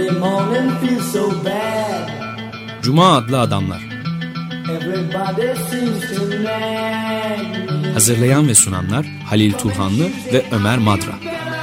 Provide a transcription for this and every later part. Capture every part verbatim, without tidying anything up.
Cuma adlı adamlar. Hazırlayan ve sunanlar Halil Turhanlı ve Ömer Madra.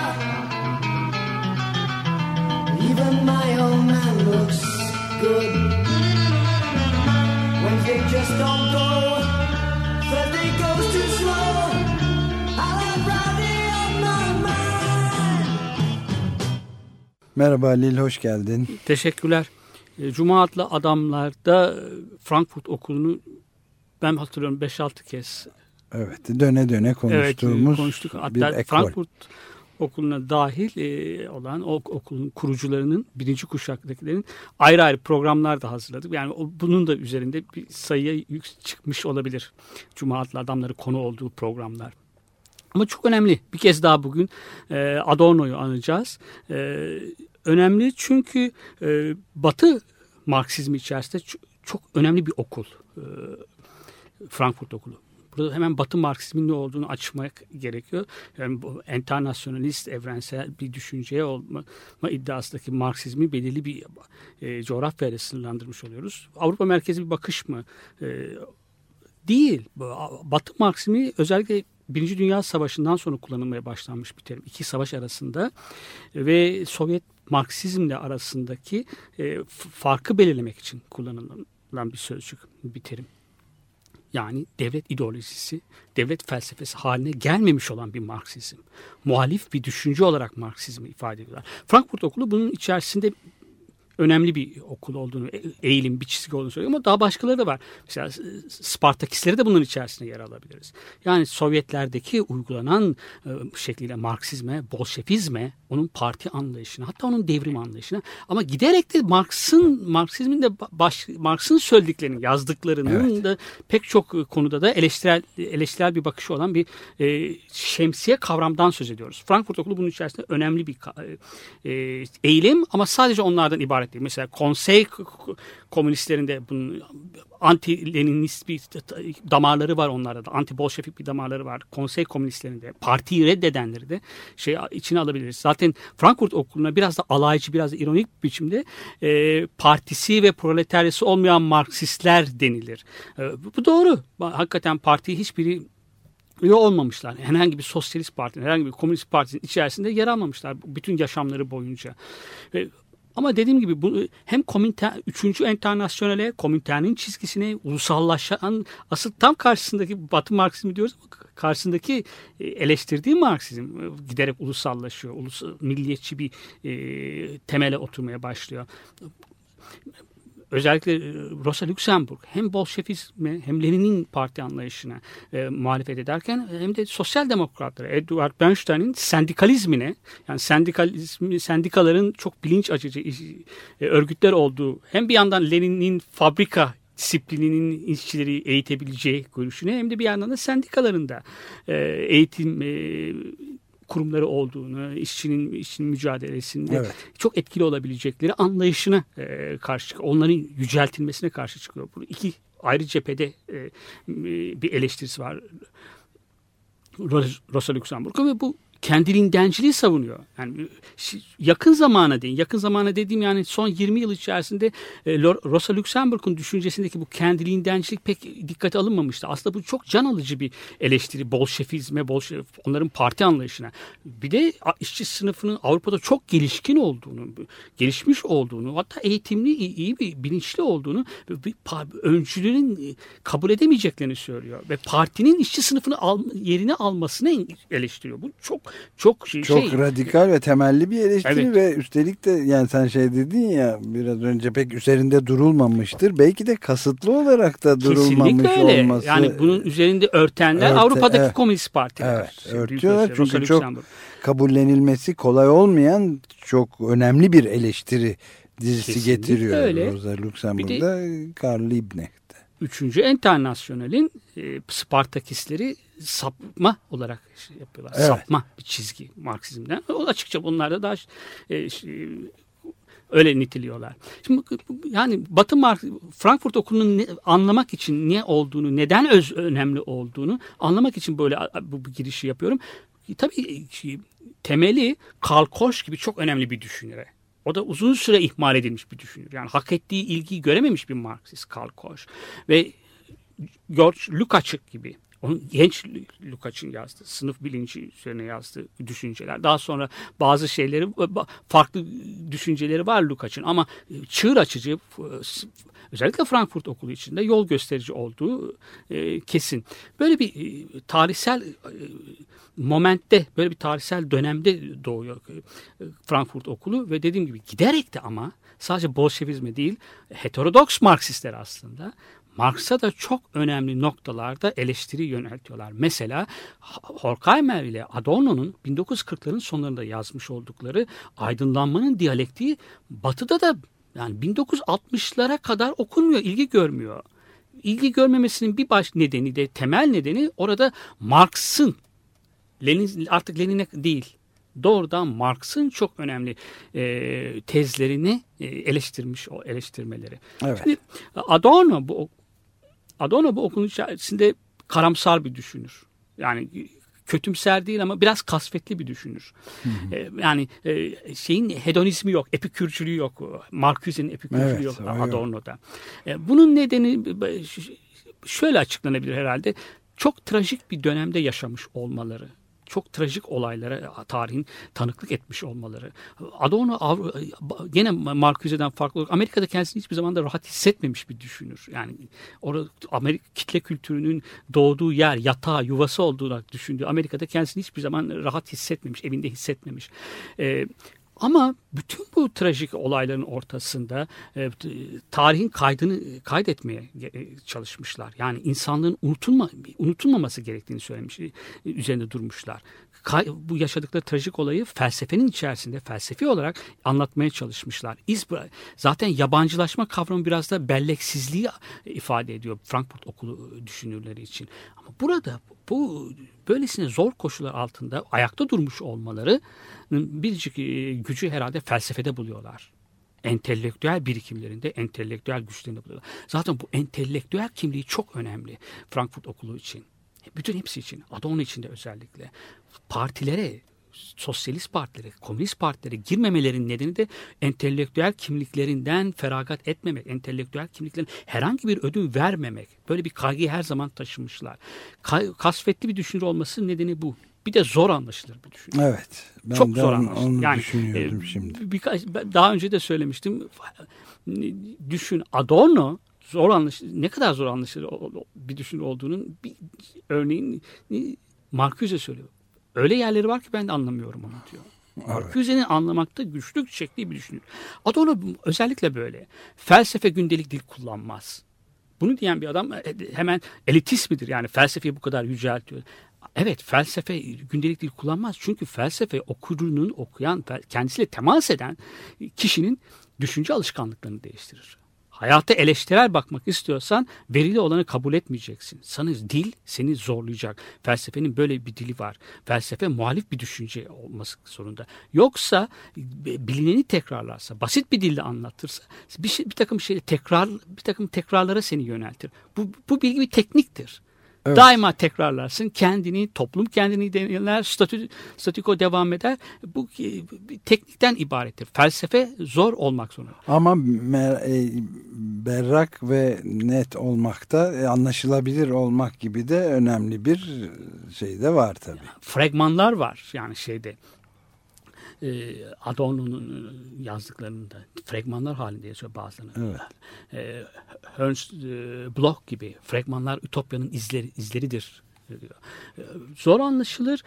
Merhaba Halil, hoş geldin. Teşekkürler. Cuma adlı adamlarda Frankfurt Okulu'nu ben hatırlıyorum beş altı kez. Evet, döne döne konuştuğumuz evet, konuştuk. Hatta bir ekol. Frankfurt Okulu'na dahil e, olan o okulun kurucularının, birinci kuşaktakilerin ayrı ayrı programlar da hazırladık. Yani o, bunun da üzerinde bir sayıya yük çıkmış olabilir. Cuma adlı adamları konu olduğu programlar. Ama çok önemli. Bir kez daha bugün e, Adorno'yu anacağız. E, önemli çünkü e, Batı Marksizmi içerisinde çok, çok önemli bir okul. E, Frankfurt Okulu. Burada hemen Batı Marksizmin ne olduğunu açmak gerekiyor. Yani bu enternasyonalist, evrensel bir düşünceye olma iddiasındaki Marksizmi belirli bir e, coğrafyayla sınırlandırmış oluyoruz. Avrupa merkezi bir bakış mı? E, değil. Batı Marksizmi özellikle Birinci Dünya Savaşı'ndan sonra kullanılmaya başlanmış bir terim. İki savaş arasında ve Sovyet Marksizmle arasındaki e, farkı belirlemek için kullanılan bir sözcük, bir terim. Yani devlet ideolojisi, devlet felsefesi haline gelmemiş olan bir Marksizm. Muhalif bir düşünce olarak Marksizmi ifade ediyorlar. Frankfurt Okulu bunun içerisinde önemli bir okul olduğunu, eğilim, bir çizgi olduğunu söylüyor ama daha başkaları da var. Mesela Spartakistleri de bunun içerisinde yer alabiliriz. Yani Sovyetlerdeki uygulanan e, şekliyle Marksizme, Bolşevizme, onun parti anlayışına, hatta onun devrim anlayışına ama giderek de Marx'ın, Marksizmin de baş, Marx'ın söylediklerinin, yazdıklarının evet. da pek çok konuda da eleştirel, eleştirel bir bakışı olan bir e, şemsiye kavramdan söz ediyoruz. Frankfurt Okulu bunun içerisinde önemli bir e, eğilim ama sadece onlardan ibaret değil. Mesela konsey komünistlerinde bunun anti-Leninist bir damarları var onlarda da. Anti-Bolşevik bir damarları var. Konsey komünistlerinde partiyi reddedenleri de şey içine alabiliriz. Zaten Frankfurt Okulu'na biraz da alaycı, biraz da ironik bir biçimde e, partisi ve proletaryası olmayan Marksistler denilir. E, bu doğru. Hakikaten partiyi hiçbiri üye olmamışlar. Herhangi bir sosyalist partinin, herhangi bir komünist partinin içerisinde yer almamışlar bütün yaşamları boyunca. Ve ama dediğim gibi bu hem Komintern, üçüncü Enternasyonel'e, Komintern'in çizgisine ulusallaşan, asıl tam karşısındaki Batı Marksizmi diyoruz ama karşısındaki eleştirdiği Marksizm giderek ulusallaşıyor. Ulus, milliyetçi bir e, temele oturmaya başlıyor. Özellikle Rosa Luxemburg hem Bolşevizme hem Lenin'in parti anlayışına e, muhalefet ederken hem de sosyal demokratlara, Eduard Bernstein'in sendikalizmine, yani sendikalizmi, sendikaların çok bilinç açıcı e, örgütler olduğu, hem bir yandan Lenin'in fabrika disiplininin işçileri eğitebileceği görüşüne hem de bir yandan da sendikaların da e, eğitim e, kurumları olduğunu, işçinin, işçinin mücadelesinde evet. çok etkili olabilecekleri anlayışına e, karşı çıkıyor. Onların yüceltilmesine karşı çıkıyor. Bu iki ayrı cephede e, bir eleştirisi var Rosa Luxemburg'un ve bu kendiliğindenciliği savunuyor. Yani yakın zamana değil, yakın zamana dediğim yani son yirmi yıl içerisinde e, Rosa Luxemburg'un düşüncesindeki bu kendiliğindencilik pek dikkate alınmamıştı. Aslında bu çok can alıcı bir eleştiri Bolşevizme, Bolşev, onların parti anlayışına. Bir de işçi sınıfının Avrupa'da çok gelişkin olduğunu, gelişmiş olduğunu, hatta eğitimli, iyi bir bilinçli olduğunu, bir öncülerin kabul edemeyeceklerini söylüyor ve partinin işçi sınıfını al, yerine almasını eleştiriyor. Bu çok Çok şey, çok radikal ve temelli bir eleştiri evet. ve üstelik de yani sen şey dedin ya biraz önce pek üzerinde durulmamıştır. Belki de kasıtlı olarak da durulmamış öyle. olması. Yani bunun üzerinde örtenler Örte, Avrupa'daki evet. komünist partiler. Evet, örtüyorlar çünkü çok kabullenilmesi kolay olmayan çok önemli bir eleştiri dizisi kesinlikle getiriyor. Öyle. Rosa Luxemburg'da, Karl Liebknecht'te. Üçüncü Enternasyonel'in e, Spartakistleri sapma olarak şey yapıyorlar. Evet. Sapma bir çizgi Marksizmden. O açıkça bunlar da daha e, şey, öyle niteliyorlar. Şimdi yani Batı Mark Frankfurt Okulu'nun ne, anlamak için ne olduğunu, neden öz önemli olduğunu anlamak için böyle bu, bu girişi yapıyorum. Tabii şey, temeli Karl Korsch gibi çok önemli bir düşünüre. O da uzun süre ihmal edilmiş bir düşünür. Yani hak ettiği ilgiyi görememiş bir Marksist Karl Korsch. Ve George Lukács gibi, onun genç Lukács'ın yazdığı, sınıf bilinci üzerine yazdığı düşünceler. Daha sonra bazı şeyleri, farklı düşünceleri var Lukács'ın ama çığır açıcı, özellikle Frankfurt Okulu içinde yol gösterici olduğu e, kesin. Böyle bir e, tarihsel e, momentte, böyle bir tarihsel dönemde doğuyor e, Frankfurt Okulu ve dediğim gibi giderek de ama sadece Bolşevizme değil, heterodoks Marksistler aslında Marx'a da çok önemli noktalarda eleştiri yöneltiyorlar. Mesela Horkheimer ile Adorno'nun bin dokuz yüz kırkların sonlarında yazmış oldukları aydınlanmanın diyalektiği Batı'da da yani bin dokuz yüz altmışlara kadar okunmuyor, ilgi görmüyor. İlgi görmemesinin bir baş nedeni de, temel nedeni orada Marx'ın, Lenin, artık Lenin'e değil, doğrudan Marx'ın çok önemli e, tezlerini e, eleştirmiş, o eleştirmeleri. Evet. Şimdi Adorno bu Adorno bu okulun içerisinde karamsar bir düşünür. Yani kötümser değil ama biraz kasvetli bir düşünür. Hı hı. E, yani e, şeyin hedonizmi yok, epikürcülüğü yok. Marcuse'nin epikürcülüğü evet, yok Adorno'da. E, bunun nedeni şöyle açıklanabilir herhalde. Çok trajik bir dönemde yaşamış olmaları. Çok trajik olaylara tarihin tanıklık etmiş olmaları. Adorno yine Marcuse'den farklı olarak Amerika'da kendisini hiçbir zaman da rahat hissetmemiş bir düşünür. Yani orada Amerika kitle kültürünün doğduğu yer, yatağı, yuvası olduğunu düşündüğü Amerika'da kendisini hiçbir zaman rahat hissetmemiş, evinde hissetmemiş. Ee, Ama bütün bu trajik olayların ortasında e, tarihin kaydını kaydetmeye çalışmışlar. Yani insanlığın unutulma, unutulmaması gerektiğini söylemiş, üzerinde durmuşlar. Kay, bu yaşadıkları trajik olayı felsefenin içerisinde felsefi olarak anlatmaya çalışmışlar. İz, zaten yabancılaşma kavramı biraz da belleksizliği ifade ediyor Frankfurt Okulu düşünürleri için. Ama burada bu böylesine zor koşullar altında ayakta durmuş olmaları biricik gücü herhalde felsefede buluyorlar. Entelektüel birikimlerinde, entelektüel güçlerinde buluyorlar. Zaten bu entelektüel kimliği çok önemli Frankfurt Okulu için. Bütün hepsi için, Adorno için de özellikle. Partilere, sosyalist partilere, komünist partilere girmemelerinin nedeni de entelektüel kimliklerinden feragat etmemek, entelektüel kimliklerin herhangi bir ödün vermemek. Böyle bir kaygıyı her zaman taşımışlar. Ka- kasvetli bir düşünür olmasının nedeni bu. Bir de zor anlaşılır bir düşünür. Evet. Ben çok de zor onu, anlaşılır. onu yani, düşünüyordum e, şimdi. Birkaç, daha önce de söylemiştim. Düşün, Adorno zor anlaşılır, ne kadar zor anlaşılır bir düşünür olduğunun bir örneğin Marcuse söylüyor. Öyle yerleri var ki ben de anlamıyorum onu diyor. Evet. Marcuse'nin anlamakta güçlük çektiği bir düşünür. Adorno özellikle böyle. Felsefe gündelik dil kullanmaz. Bunu diyen bir adam hemen elitist midir? Yani felsefeyi bu kadar yüceltiyor. Evet, felsefe gündelik dil kullanmaz. Çünkü felsefe okurunun, okuyan, kendisiyle temas eden kişinin düşünce alışkanlıklarını değiştirir. Hayata eleştirel bakmak istiyorsan verili olanı kabul etmeyeceksin. Sana dil seni zorlayacak. Felsefenin böyle bir dili var. Felsefe muhalif bir düşünce olması zorunda. Yoksa bilineni tekrarlarsa, basit bir dille anlatırsa bir, şey, bir takım şey tekrar bir takım tekrarlara seni yöneltir. Bu bu bilgi bir tekniktir. Evet. Daima tekrarlarsın. Kendini, toplum kendini deneler, statü, statüko devam eder. Bu bir teknikten ibarettir. Felsefe zor olmak zorunda. Ama mer- berrak ve net olmakta, anlaşılabilir olmak gibi de önemli bir şey de var tabii. Fragmanlar var yani şeyde. Adorno'nun yazdıklarında fragmanlar halinde yazıyor bazılarını. Evet. Ernst Bloch gibi fragmanlar Ütopya'nın izleri, izleridir diyor. Zor anlaşılır.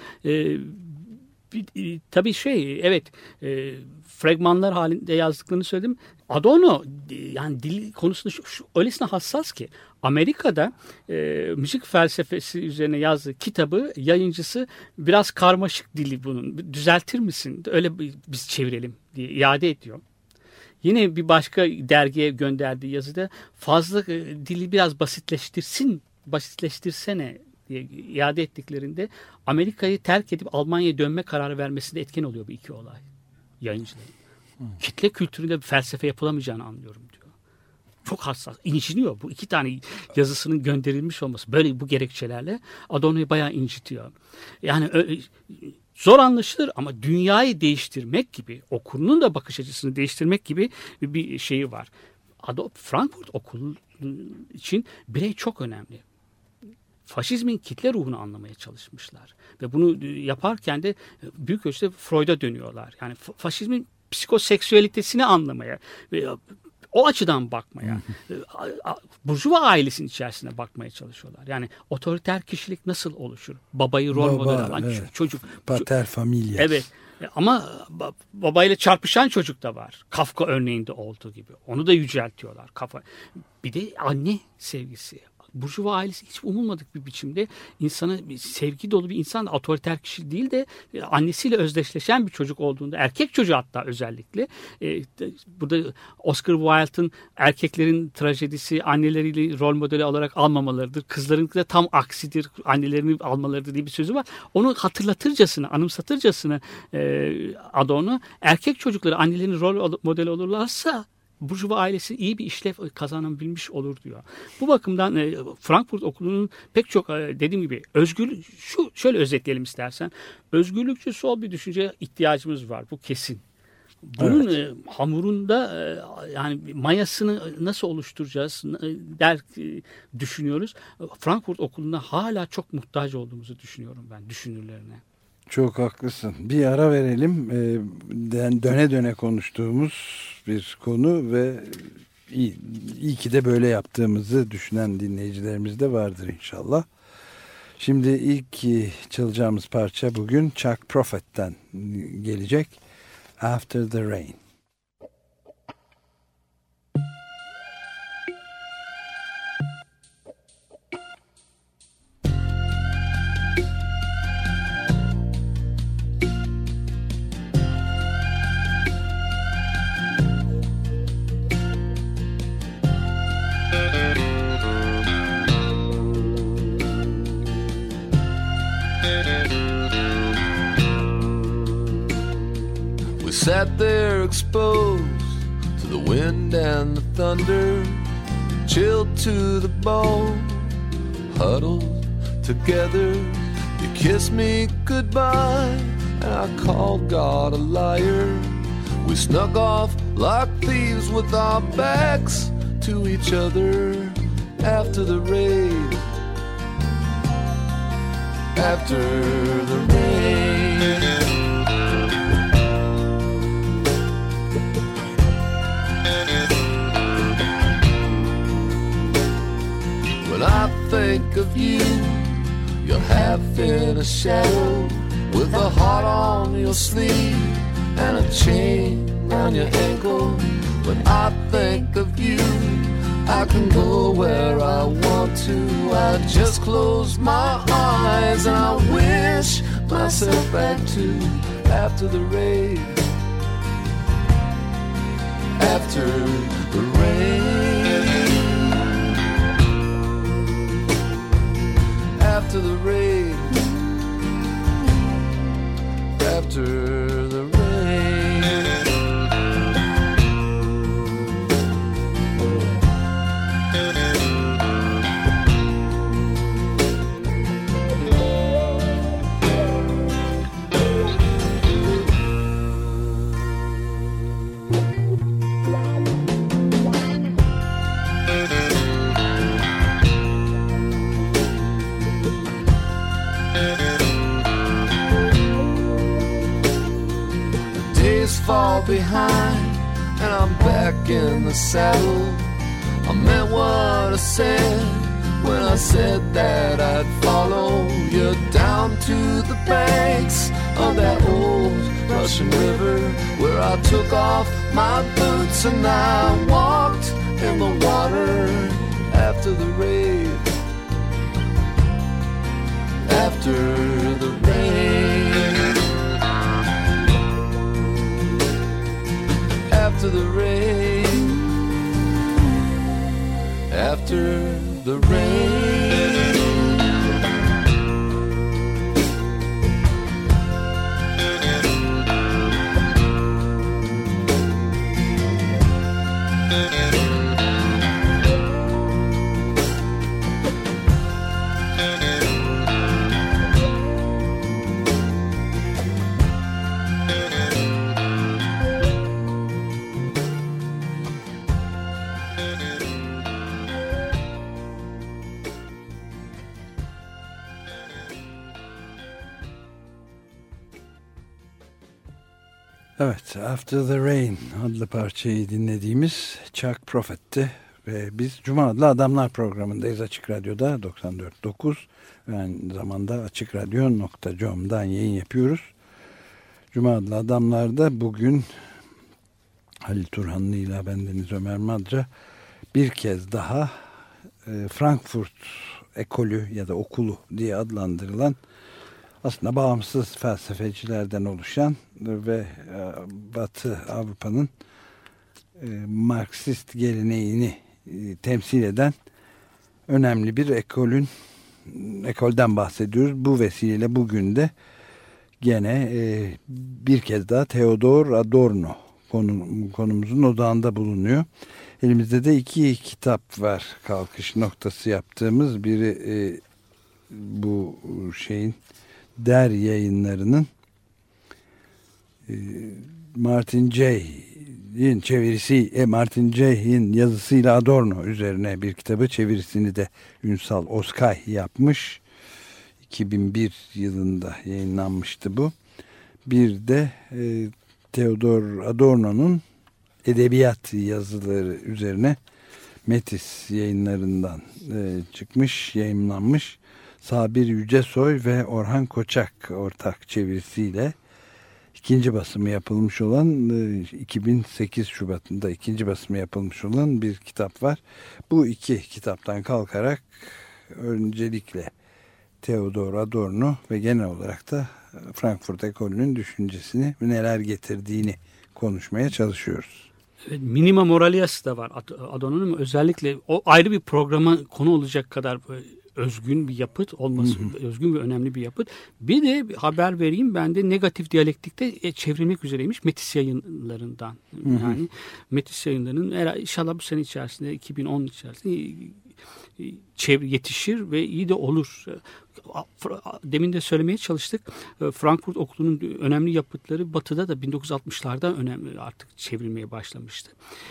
Tabii şey evet fragmanlar halinde yazdıklarını söyledim. Adorno yani dil konusunda şu, şu, öylesine hassas ki Amerika'da e, müzik felsefesi üzerine yazdığı kitabı yayıncısı biraz karmaşık dili bunun. Düzeltir misin? Öyle biz çevirelim diye iade ediyor. Yine bir başka dergiye gönderdiği yazıda fazla e, dili biraz basitleştirsin, basitleştirsene diye iade ettiklerinde Amerika'yı terk edip Almanya'ya dönme kararı vermesinde etken oluyor bu iki olay yayıncıların. Hmm. Kitle kültüründe bir felsefe yapılamayacağını anlıyorum diyor. Çok hassas, inciniyor. Bu iki tane yazısının gönderilmiş olması böyle bu gerekçelerle Adorno'yu bayağı incitiyor. Yani zor anlaşılır ama dünyayı değiştirmek gibi, okulunun da bakış açısını değiştirmek gibi bir şeyi var. Adolf Frankfurt Okulu için birey çok önemli. Faşizmin kitle ruhunu anlamaya çalışmışlar. Ve bunu yaparken de büyük ölçüde Freud'a dönüyorlar. Yani faşizmin psikoseksüelitesini anlamaya ve o açıdan bakmaya, burjuva ailesinin içerisine bakmaya çalışıyorlar. Yani otoriter kişilik nasıl oluşur? Babayı rol Baba, model alan evet. çocuk. Pater familias. Evet. Ama babayla çarpışan çocuk da var. Kafka örneğinde olduğu gibi. Onu da yüceltiyorlar. Kafa. Bir de anne sevgisi. Burjuva ailesi hiç umulmadık bir biçimde insana sevgi dolu bir insan, otoriter kişi değil de annesiyle özdeşleşen bir çocuk olduğunda, erkek çocuğu hatta özellikle. E, burada Oscar Wilde'ın erkeklerin trajedisi anneleriyle rol modeli olarak almamalarıdır. Kızların da tam aksidir, annelerini almalarıdır diye bir sözü var. Onu hatırlatırcasına, anımsatırcasına e, Adorno, erkek çocukları annelerin rol modeli olurlarsa Burjuva ailesi iyi bir işlev kazanabilmiş olur diyor. Bu bakımdan e, Frankfurt Okulu'nun pek çok e, dediğim gibi özgürlük, şu şöyle özetleyelim istersen. Özgürlükçü sol bir düşünceye ihtiyacımız var. Bu kesin. Bunun evet. e, hamurunda e, yani mayasını nasıl oluşturacağız e, der e, düşünüyoruz. Frankfurt Okulu'na hala çok muhtaç olduğumuzu düşünüyorum ben, düşünürlerine. Çok haklısın. Bir ara verelim. Döne döne konuştuğumuz bir konu ve iyi, iyi ki de böyle yaptığımızı düşünen dinleyicilerimiz de vardır inşallah. Şimdi ilk çalacağımız parça bugün Chuck Prophet'ten gelecek. After the Rain. Sat there exposed to the wind and the thunder, chilled to the bone, huddled together. You kissed me goodbye, and I called God a liar. We snuck off like thieves with our backs to each other after the rain. After the rain. When I think of you, you're half in a shadow, with a heart on your sleeve and a chain round your ankle. When I think of you, I can go where I want to. I just close my eyes and I wish myself back to after the rain. After the rain. After the rain, after the rain. Fall behind and I'm back in the saddle. I meant what I said when I said that I'd follow you down to the banks of that old Russian river, where I took off my boots and I walked in the water after the rain. After the rain. After the rain, after the rain. Evet, After the Rain adlı parçayı dinlediğimiz Chuck Prophet'ti ve biz Cuma adlı Adamlar programındayız Açık Radyo'da doksan dört nokta dokuz ve aynı zamanda açık radyo nokta com'dan yayın yapıyoruz. Cuma adlı Adamlar'da bugün Halil Turhanlı ile bendeniz Ömer Madra bir kez daha e, Frankfurt ekolü ya da okulu diye adlandırılan aslında bağımsız felsefecilerden oluşan ve Batı Avrupa'nın Marksist geleneğini temsil eden önemli bir ekolün ekolden bahsediyoruz. Bu vesileyle bugün de gene bir kez daha Theodor Adorno konumuzun odağında bulunuyor. Elimizde de iki kitap var kalkış noktası yaptığımız. Biri bu şeyin Der Yayınları'nın Martin Jay'in çevirisi, Martin Jay'in yazısıyla Adorno üzerine bir kitabı, çevirisini de Ünsal Oskay yapmış. iki bin bir yılında yayınlanmıştı bu. Bir de e, Theodor Adorno'nun edebiyat yazıları üzerine Metis yayınlarından e, çıkmış, yayınlanmış. Sabir Yücesoy ve Orhan Koçak ortak çevirisiyle ikinci basımı yapılmış olan iki bin sekiz Şubat'ında ikinci basımı yapılmış olan bir kitap var. Bu iki kitaptan kalkarak öncelikle Theodor Adorno ve genel olarak da Frankfurt ekolünün düşüncesini ve neler getirdiğini konuşmaya çalışıyoruz. Evet, Minima Moralias da var Adorno'nun, özellikle o ayrı bir programa konu olacak kadar özgün bir yapıt olması, hı hı. özgün ve önemli bir yapıt. Bir de bir haber vereyim, ben de negatif diyalektikte çevrilmek üzereymiş Metis yayınlarından. Hı hı. Yani Metis yayınlarının inşallah bu sene içerisinde, iki bin on içerisinde çevre yetişir ve iyi de olur. Demin de söylemeye çalıştık. Frankfurt Okulu'nun önemli yapıtları Batı'da da bin dokuz yüz altmışlarda önemli artık çevrilmeye başlamıştı.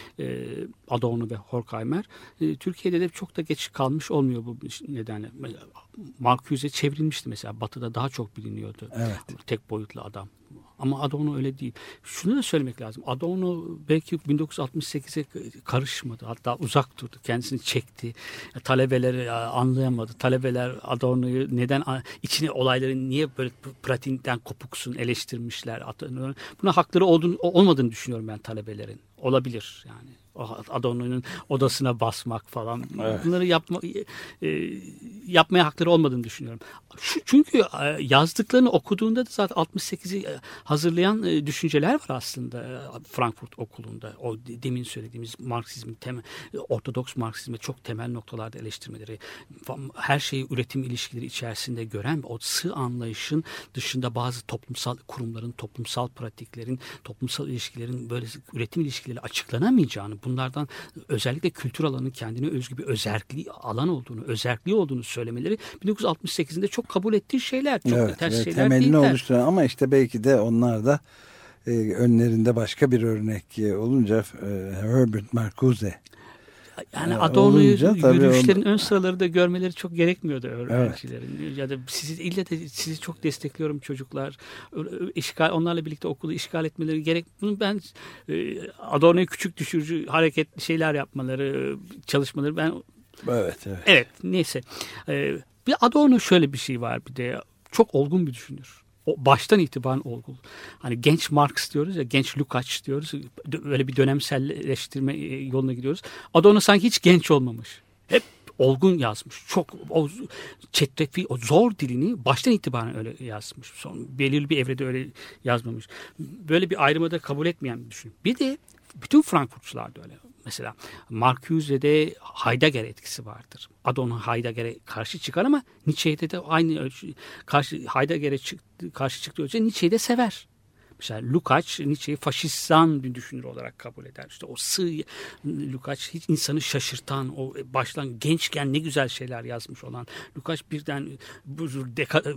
Adorno ve Horkheimer. Türkiye'de de çok da geç kalmış olmuyor bu nedenle. Marcuse çevrilmişti mesela. Batı'da daha çok biliniyordu. Evet. Tek boyutlu adam. Ama Adorno öyle değil. Şunu da söylemek lazım. Adorno belki bin dokuz yüz altmış sekize karışmadı. Hatta uzak durdu. Kendisini çekti. Talebeleri anlayamadı. Talebeler Adorno'yu neden, içine olayların niye böyle pratiğinden kopuksun eleştirmişler. Buna hakları olduğunu, olmadığını düşünüyorum ben talebelerin. Olabilir yani. Adorno'nun odasına basmak falan. Evet. Bunları yapma, e, yapmaya hakları olmadığını düşünüyorum. Şu, çünkü yazdıklarını okuduğunda da zaten altmış sekizi hazırlayan düşünceler var aslında Frankfurt Okulu'nda. O demin söylediğimiz Marksizmin temel, Ortodoks Marksizme çok temel noktalarda eleştirmeleri, her şeyi üretim ilişkileri içerisinde gören, o sığ anlayışın dışında bazı toplumsal kurumların, toplumsal pratiklerin, toplumsal ilişkilerin böyle üretim ilişkileri açıklanamayacağını, bunlardan özellikle kültür alanının kendine özgü bir özerkliği alan olduğunu, özerkliği olduğunu söylemeleri bin dokuz yüz altmış sekizinde çok kabul ettiği şeyler. Çok evet, ters evet, şeyler temelini değiller. oluşturan ama işte belki de onlar da e, önlerinde başka bir örnek olunca e, Herbert Marcuse. Yani Adorno'yu yürüyüşlerin on... ön sıraları da görmeleri çok gerekmiyordu öğrencilerin. Evet. Ya da sizi ille de sizi çok destekliyorum çocuklar. İşgal, onlarla birlikte okulu işgal etmeleri gerek. Bunu ben Adorno'yu küçük düşürücü hareketli şeyler yapmaları, çalışmaları ben Evet, evet. Evet, neyse. Bir Adorno şöyle bir şey var bir de. Çok olgun bir düşünür. O baştan itibaren olgun. Hani genç Marx diyoruz ya, genç Lukács diyoruz. Öyle bir dönemselleştirme yoluna gidiyoruz. Adorno sanki hiç genç olmamış. Hep olgun yazmış. Çok o çetrefi, o zor dilini baştan itibaren öyle yazmış. Son belirli bir evrede öyle yazmamış. Böyle bir ayrımı da kabul etmeyen bir düşün. Bir de bütün Frankfurtçular da öyle. Mesela Marcuse'de Heidegger etkisi vardır. Adorno Heidegger'e karşı çıkar ama Nietzsche'de de aynı ölçü, karşı Heidegger'e çıktı, karşı çıktığı ölçüde Nietzsche'yi de sever. Mesela Lukács Nietzsche'yi faşistan bir düşünür olarak kabul eder. İşte o sığ Lukács hiç insanı şaşırtan, o baştan gençken ne güzel şeyler yazmış olan Lukács birden bu deka,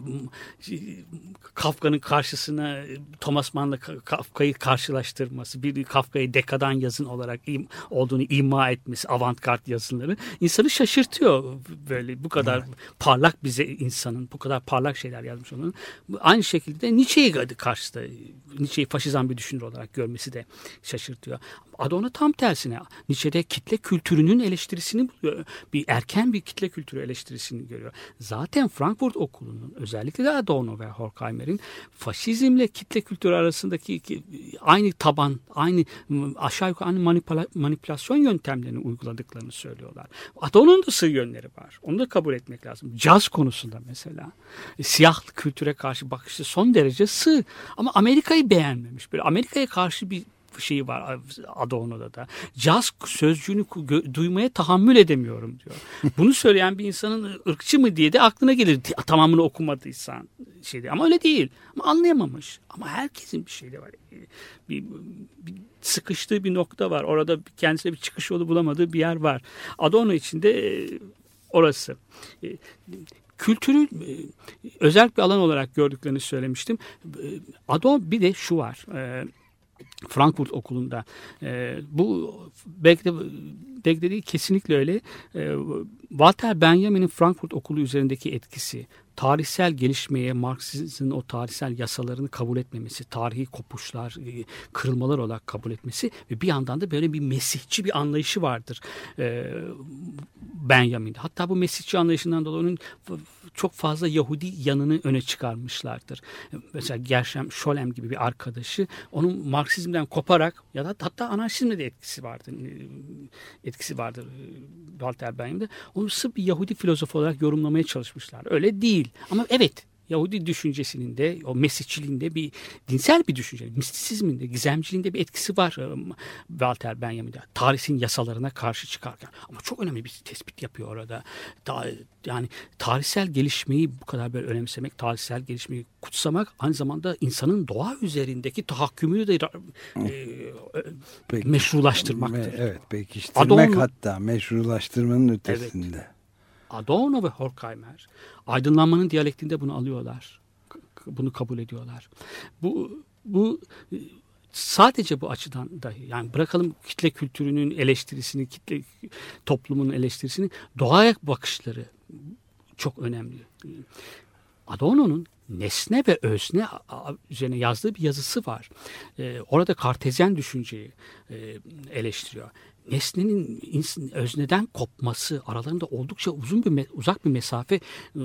Kafka'nın karşısına Thomas Mann'la Kafka'yı karşılaştırması, bir Kafka'yı dekadan yazın olarak im, olduğunu ima etmesi, avantgard yazıları insanı şaşırtıyor. Böyle bu kadar evet. parlak bize insanın bu kadar parlak şeyler yazmış olan. Aynı şekilde Nietzsche'yi karşısında Nietzsche'yi faşizan bir düşünür olarak görmesi de şaşırtıyor. Adorno tam tersine Nietzsche'de kitle kültürünün eleştirisini buluyor. Bir erken bir kitle kültürü eleştirisini görüyor. Zaten Frankfurt Okulu'nun özellikle de Adorno ve Horkheimer'in faşizmle kitle kültürü arasındaki aynı taban, aynı aşağı yukarı aynı manipüla, manipülasyon yöntemlerini uyguladıklarını söylüyorlar. Adorno'nun da sığ yönleri var. Onu da kabul etmek lazım. Caz konusunda mesela siyah kültüre karşı bakışı son derece sığ. Ama Amerika'yı beğenmemiş. Böyle Amerika'ya karşı bir şeyi var Adorno'da da. Caz sözcüğünü duymaya tahammül edemiyorum diyor. Bunu söyleyen bir insanın ırkçı mı diye de aklına gelir. Tamamını okumadıysan şeyde. Ama öyle değil. Ama anlayamamış. Ama herkesin bir şeyi var. Bir, bir sıkıştığı bir nokta var. Orada kendisine bir çıkış yolu bulamadığı bir yer var. Adorno için de orası. Kültürü özel bir alan olarak gördüklerini söylemiştim. Adorno bir de şu var. Frankfurt Okulu'nda e, bu belki de, belki de değil, kesinlikle öyle. E, Walter Benjamin'in Frankfurt Okulu üzerindeki etkisi, tarihsel gelişmeye Marksizmin o tarihsel yasalarını kabul etmemesi, tarihi kopuşlar, kırılmalar olarak kabul etmesi ve bir yandan da böyle bir mesihçi bir anlayışı vardır e, Benjamin'de. Hatta bu mesihçi anlayışından dolayı onun çok fazla Yahudi yanını öne çıkarmışlardır. Mesela Gershom Scholem gibi bir arkadaşı onun Marksizmden koparak ya da hatta anarşizmde de etkisi vardır. Etkisi vardır Walter Benjamin'de. Onu sırf bir Yahudi filozof olarak yorumlamaya çalışmışlar. Öyle değil. Ama evet, Yahudi düşüncesinin de o mesihçiliğinde bir dinsel bir düşünce, mistisizminde, gizemciliğinde bir etkisi var Walter Benjamin'de. Tarihin yasalarına karşı çıkarken. Ama çok önemli bir tespit yapıyor orada. Da, yani tarihsel gelişmeyi bu kadar böyle önemsemek, tarihsel gelişmeyi kutsamak aynı zamanda insanın doğa üzerindeki tahakkümünü de e, Peki, meşrulaştırmaktır. Evet, pekiştirmek Adorno, hatta meşrulaştırmanın ötesinde. Evet. Adorno ve Horkheimer aydınlanmanın diyalektinde bunu alıyorlar. Bunu kabul ediyorlar. Bu bu sadece bu açıdan dahi, yani bırakalım kitle kültürünün eleştirisini, kitle toplumun eleştirisini, doğaya bakışları çok önemli. Adorno'nun nesne ve özne üzerine yazdığı bir yazısı var. Orada Kartezyen düşünceyi eleştiriyor. Nesnenin özneden kopması, aralarında oldukça uzun bir uzak bir mesafe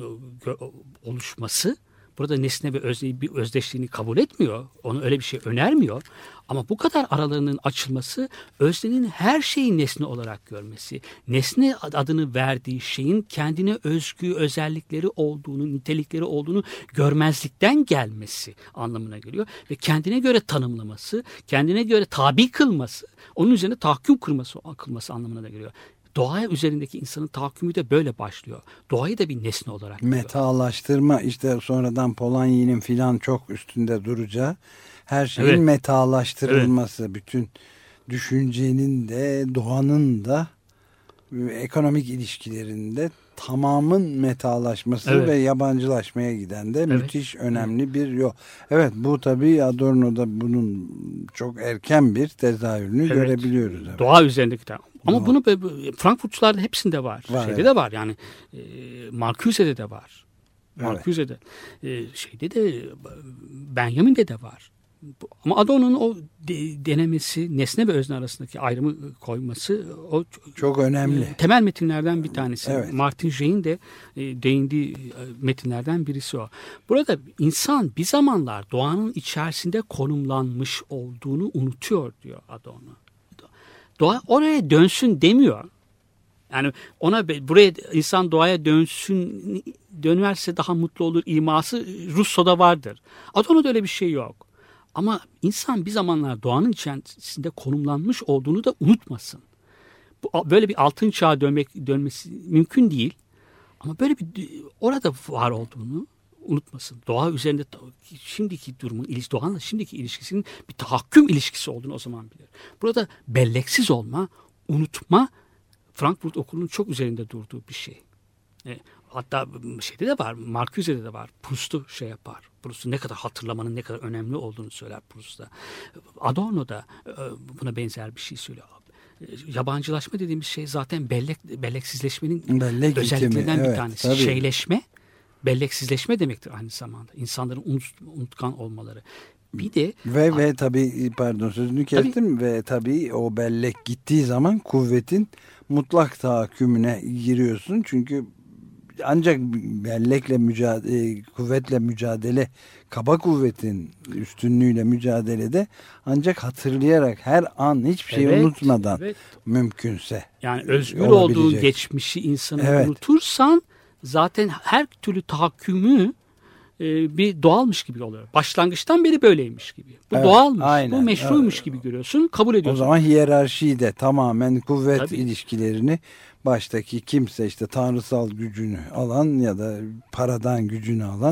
oluşması, burada nesne ve özneyi bir özdeşliğini kabul etmiyor. Onu öyle bir şey önermiyor. Ama bu kadar aralarının açılması, öznenin her şeyi nesne olarak görmesi, nesne adını verdiği şeyin kendine özgü özellikleri olduğunu, nitelikleri olduğunu görmezlikten gelmesi anlamına geliyor. Ve kendine göre tanımlaması, kendine göre tabi kılması, onun üzerine tahakküm kurması, kılması anlamına da geliyor. Doğaya üzerindeki insanın tahakkümü de böyle başlıyor. Doğayı da bir nesne olarak görüyor. Metalaştırma, işte sonradan Polanyi'nin filan çok üstünde duracağı, her şeyin evet. metalaştırılması, evet. bütün düşüncenin de doğanın da ekonomik ilişkilerinde tamamın metalaşması evet. ve yabancılaşmaya giden de evet. müthiş önemli evet. bir yol. Evet, bu tabii Adorno'da bunun çok erken bir tezahürünü evet. görebiliyoruz. Evet. Doğa üzerindeki de. Ama Doğa. bunu Frankfurtçularda hepsinde var. var şeyde evet. de var yani. E, Marcuse'de de var. Marcuse'de. Evet. E, şeyde de Benjamin'de de var. Ama Adorno'nun o de, denemesi, nesne ve özne arasındaki ayrımı koyması o çok önemli. E, temel metinlerden bir tanesi. Evet. Martin Jay'in de e, değindiği e, metinlerden birisi o. Burada insan bir zamanlar doğanın içerisinde konumlanmış olduğunu unutuyor diyor Adorno. Doğa oraya dönsün demiyor. Yani ona buraya insan doğaya dönsün, dönerse daha mutlu olur iması Rousseau'da vardır. Adorno'da öyle bir şey yok. Ama insan bir zamanlar doğanın içerisinde konumlanmış olduğunu da unutmasın. Bu, böyle bir altın çağa dönmek, dönmesi mümkün değil. Ama böyle bir orada var olduğunu unutmasın. Doğa üzerinde şimdiki durumun, doğanla şimdiki ilişkisinin bir tahakküm ilişkisi olduğunu o zaman bilir. Burada belleksiz olma, unutma Frankfurt Okulu'nun çok üzerinde durduğu bir şey. E, hatta şeyde de var, Marcuse'de de var. Proust'u şey yapar. Proust'u ne kadar hatırlamanın ne kadar önemli olduğunu söyler Proust'ta. Adorno da e, buna benzer bir şey söylüyor. Yabancılaşma dediğimiz şey zaten bellek, belleksizleşmenin Bellek özelliklerinden itemi. bir evet, tanesi. Tabii. Şeyleşme, belleksizleşme demektir aynı zamanda. İnsanların unut, unutkan olmaları. Bir de ve ve tabii pardon sözünü kestim tabii, ve tabii o bellek gittiği zaman kuvvetin mutlak tahakkümüne giriyorsun. Çünkü ancak bellekle mücadele, kuvvetle mücadele, kaba kuvvetin üstünlüğüyle mücadelede ancak hatırlayarak her an hiçbir şeyi evet, unutmadan evet. mümkünse. Yani özgür olduğun geçmişi insanı evet. unutursan zaten her türlü tahakkümü e, bir doğalmış gibi oluyor. Başlangıçtan beri böyleymiş gibi. Bu evet, doğalmış, aynen. Bu meşruymuş evet. gibi görüyorsun, kabul ediyorsun. O zaman hiyerarşiyi de tamamen kuvvet Tabii. ilişkilerini baştaki kimse işte tanrısal gücünü alan ya da paradan gücünü alan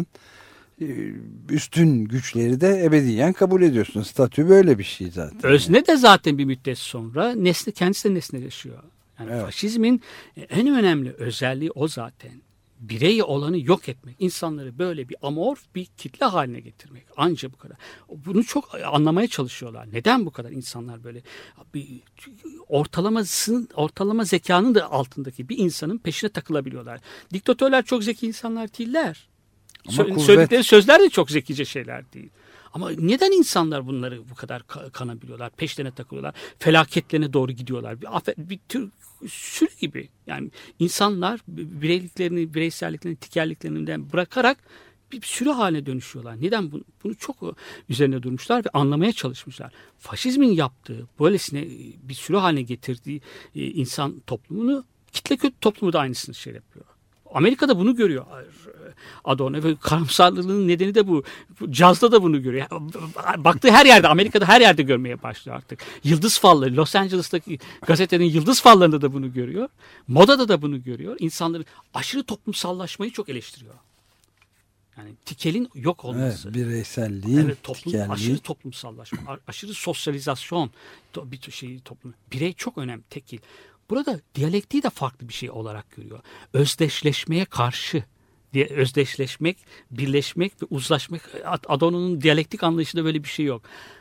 üstün güçleri de ebediyen kabul ediyorsun. Statü böyle bir şey zaten. Özne de zaten bir müddet sonra nesne kendisi de nesneleşiyor. Yani evet. faşizmin en önemli özelliği o zaten. Birey olanı yok etmek. İnsanları böyle bir amorf bir kitle haline getirmek. Anca bu kadar. Bunu çok anlamaya çalışıyorlar. Neden bu kadar insanlar böyle bir ortalamasının, ortalama zekanın da altındaki bir insanın peşine takılabiliyorlar. Diktatörler çok zeki insanlar değiller. Sö- söyledikleri sözler de çok zekice şeyler değil. Ama neden insanlar bunları bu kadar kanabiliyorlar, peşlerine takılıyorlar, felaketlerine doğru gidiyorlar? Bir, bir tür sürü gibi. Yani insanlar bireyliklerini, bireyselliklerini, tikerliklerinden bırakarak bir sürü haline dönüşüyorlar. Neden bunu? Bunu çok üzerine durmuşlar ve anlamaya çalışmışlar. Faşizmin yaptığı, böylesine bir sürü haline getirdiği insan toplumunu, kitle kötü toplumu da aynısını şey yapıyor. Amerika'da bunu görüyor Adorno ve karamsarlığının nedeni de bu. Cazda da bunu görüyor. Baktığı her yerde, Amerika'da her yerde görmeye başlıyor artık. Yıldız falları, Los Angeles'taki gazetenin yıldız fallarında da bunu görüyor. Modada da bunu görüyor. İnsanların aşırı toplumsallaşmayı çok eleştiriyor. Yani tikelin yok olması. Evet, bireyselliğin, evet, toplum, aşırı toplumsallaşma, aşırı sosyalizasyon bir şey toplum. Birey çok önemli, tekil. Burada diyalektiği de farklı bir şey olarak görüyor. Özdeşleşmeye karşı, özdeşleşmek, birleşmek ve uzlaşmak. Adorno'nun diyalektik anlayışında böyle bir şey yok.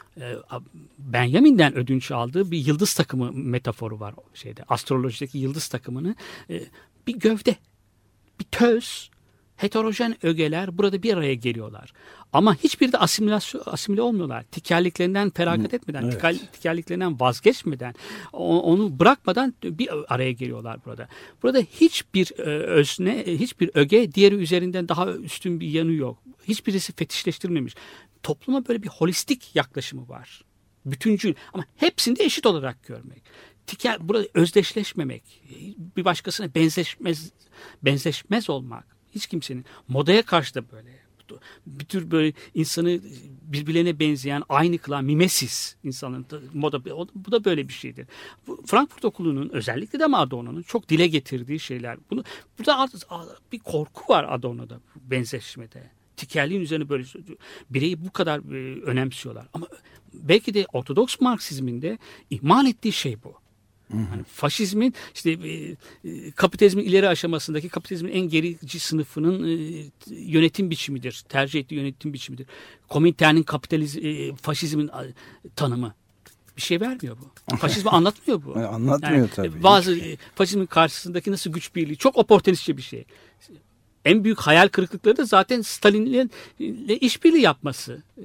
Benjamin'den ödünç aldığı bir yıldız takımı metaforu var şeyde. Astrolojideki yıldız takımını bir gövde, bir töz, heterojen ögeler burada bir araya geliyorlar. Ama hiçbir de asimilasyon, asimile olmuyorlar. Tikerliklerinden feragat etmeden, evet. tikerliklerinden vazgeçmeden, onu bırakmadan bir araya geliyorlar burada. Burada hiçbir özne, hiçbir öge diğeri üzerinden daha üstün bir yanı yok. Hiçbirisi fetişleştirilmemiş. Topluma böyle bir holistik yaklaşımı var. Bütüncül ama hepsini de eşit olarak görmek. Tiker, burada özdeşleşmemek, bir başkasına benzeşmez, benzeşmez olmak. Hiç kimsenin. Modaya karşı da böyle. Bir tür böyle insanı birbirlerine benzeyen, aynı kılan mimesis insanın moda, bu da böyle bir şeydir. Bu, Frankfurt Okulu'nun özellikle de Adorno'nun çok dile getirdiği şeyler. Bunu, burada bir korku var Adorno'da benzeşmede. Tikerliğin üzerine böyle bireyi bu kadar e, önemsiyorlar. Ama belki de Ortodoks Marksizminde ihmal ettiği şey bu. Yani faşizmin işte e, kapitalizmin ileri aşamasındaki kapitalizmin en gerici sınıfının e, yönetim biçimidir. Tercih ettiği yönetim biçimidir. Komintern'in kapitalizm e, faşizmin e, tanımı. Bir şey vermiyor bu. Faşizmi anlatmıyor bu. Anlatmıyor yani, tabii. Bazı e, faşizmin karşısındaki nasıl güç birliği çok oportunistçe bir şey. En büyük hayal kırıklıkları da zaten Stalin'le işbirliği yapması. E,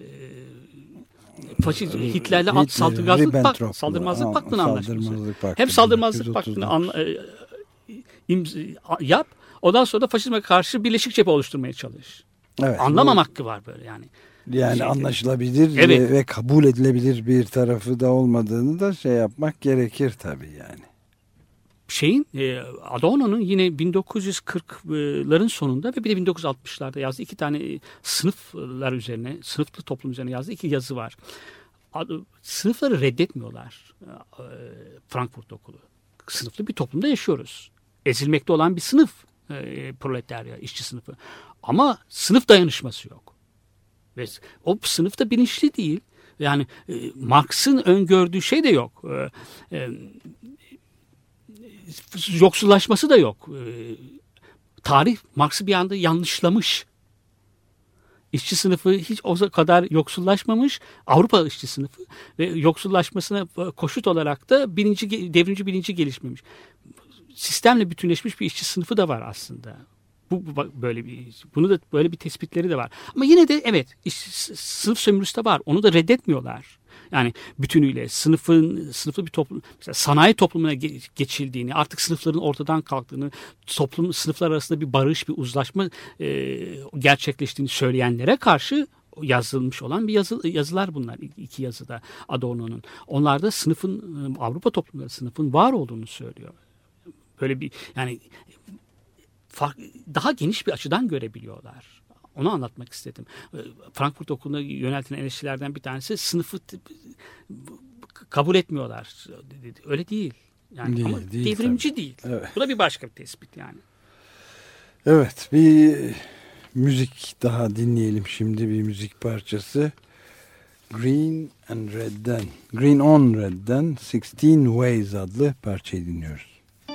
Faşizm, Hitler'le Hitler, saldırmazlık pakt, saldırmazlık paktını anlaşması. Hem saldırmazlık paktını anla, e, imza, yap, ondan sonra da faşizme karşı birleşik cephe oluşturmaya çalış. Evet, anlamam bu, hakkı var böyle yani. Yani şey, anlaşılabilir evet. ve, ve kabul edilebilir bir tarafı da olmadığını da şey yapmak gerekir tabii yani. Şeyin Adorno'nun yine bin dokuz yüz kırkların sonunda ve bir de bin dokuz yüz altmışlarda yazdığı iki tane sınıflar üzerine, sınıflı toplum üzerine yazdığı iki yazı var. Sınıfları reddetmiyorlar Frankfurt Okulu. Sınıflı bir toplumda yaşıyoruz. Ezilmekte olan bir sınıf proletarya, işçi sınıfı. Ama sınıf dayanışması yok. Ve o sınıf da bilinçli değil. Yani Marx'ın öngördüğü şey de yok. Yoksullaşması da yok. Ee, tarih Marx'ı bir anda yanlışlamış. İşçi sınıfı hiç o kadar yoksullaşmamış. Avrupa işçi sınıfı ve yoksullaşmasına koşut olarak da birinci, devrimci bilinci gelişmemiş. Sistemle bütünleşmiş bir işçi sınıfı da var aslında. Bu, bu böyle bir bunu da böyle bir tespitleri de var. Ama yine de evet iş, sınıf sömürüsü de var. Onu da reddetmiyorlar. Yani bütünüyle sınıfın sınıflı bir toplum, mesela sanayi toplumuna geçildiğini, artık sınıfların ortadan kalktığını, toplum sınıflar arasında bir barış, bir uzlaşma e, gerçekleştiğini söyleyenlere karşı yazılmış olan bir yazı, yazılar bunlar. İki yazıda Adorno'nun. Onlar da sınıfın, Avrupa toplumları sınıfın var olduğunu söylüyor. Böyle bir yani fark, daha geniş bir açıdan görebiliyorlar. Onu anlatmak istedim. Frankfurt Okulu'na yöneltilen eleştirilerden bir tanesi sınıfı kabul etmiyorlar. Öyle değil. Yani değil, ama değil, devrimci tabii. değil. Evet. Bu da bir başka bir tespit yani. Evet, bir müzik daha dinleyelim şimdi, bir müzik parçası. Green and Red'den, Green on Red'den sixteen Ways adlı parçayı dinliyoruz.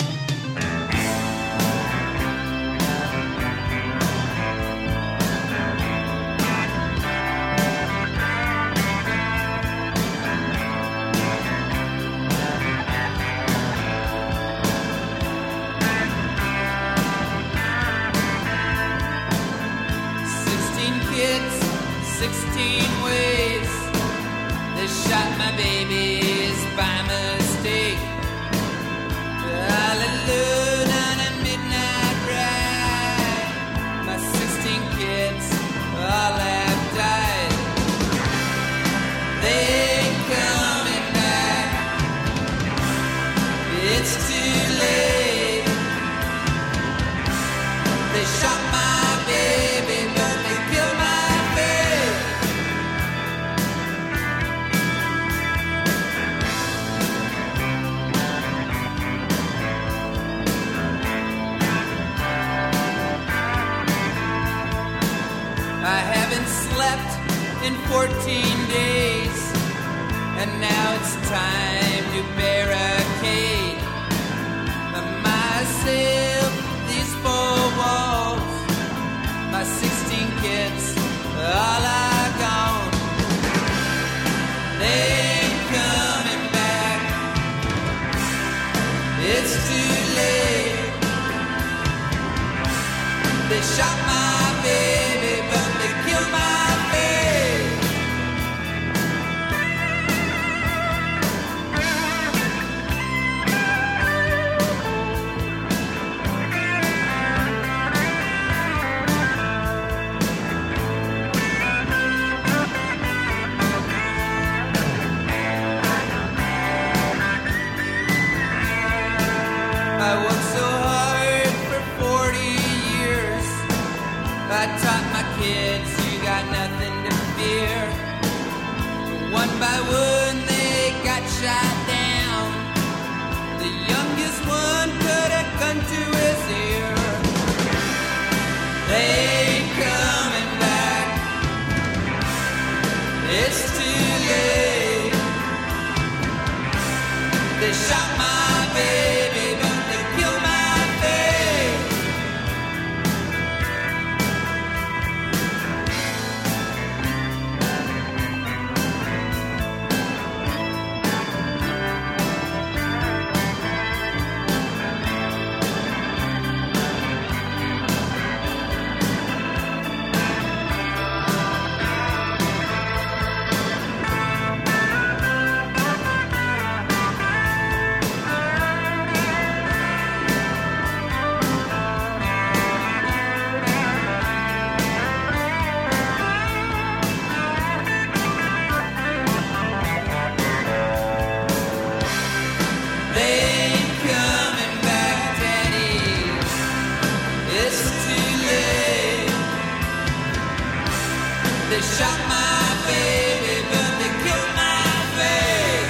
sixteen ways they shot my babies by mistake. Hallelujah on a midnight ride. My sixteen kids all have died. They ain't coming back. It's too late. They shot my baby, but they killed my I haven't slept in fourteen days, and now it's time to barricade myself these four walls. My sixteen kids all are gone. They ain't coming back. It's too late. They shot my baby, but they killed my faith. I worked so hard for forty years. I taught my kids you got nothing to fear. One by one they got shot down. The youngest one put a gun to his ear. They ain't coming back. It's too late. They shot my baby, but they killed my faith. They ain't coming back, Daddy. It's too late. They shot my baby, but they killed my faith.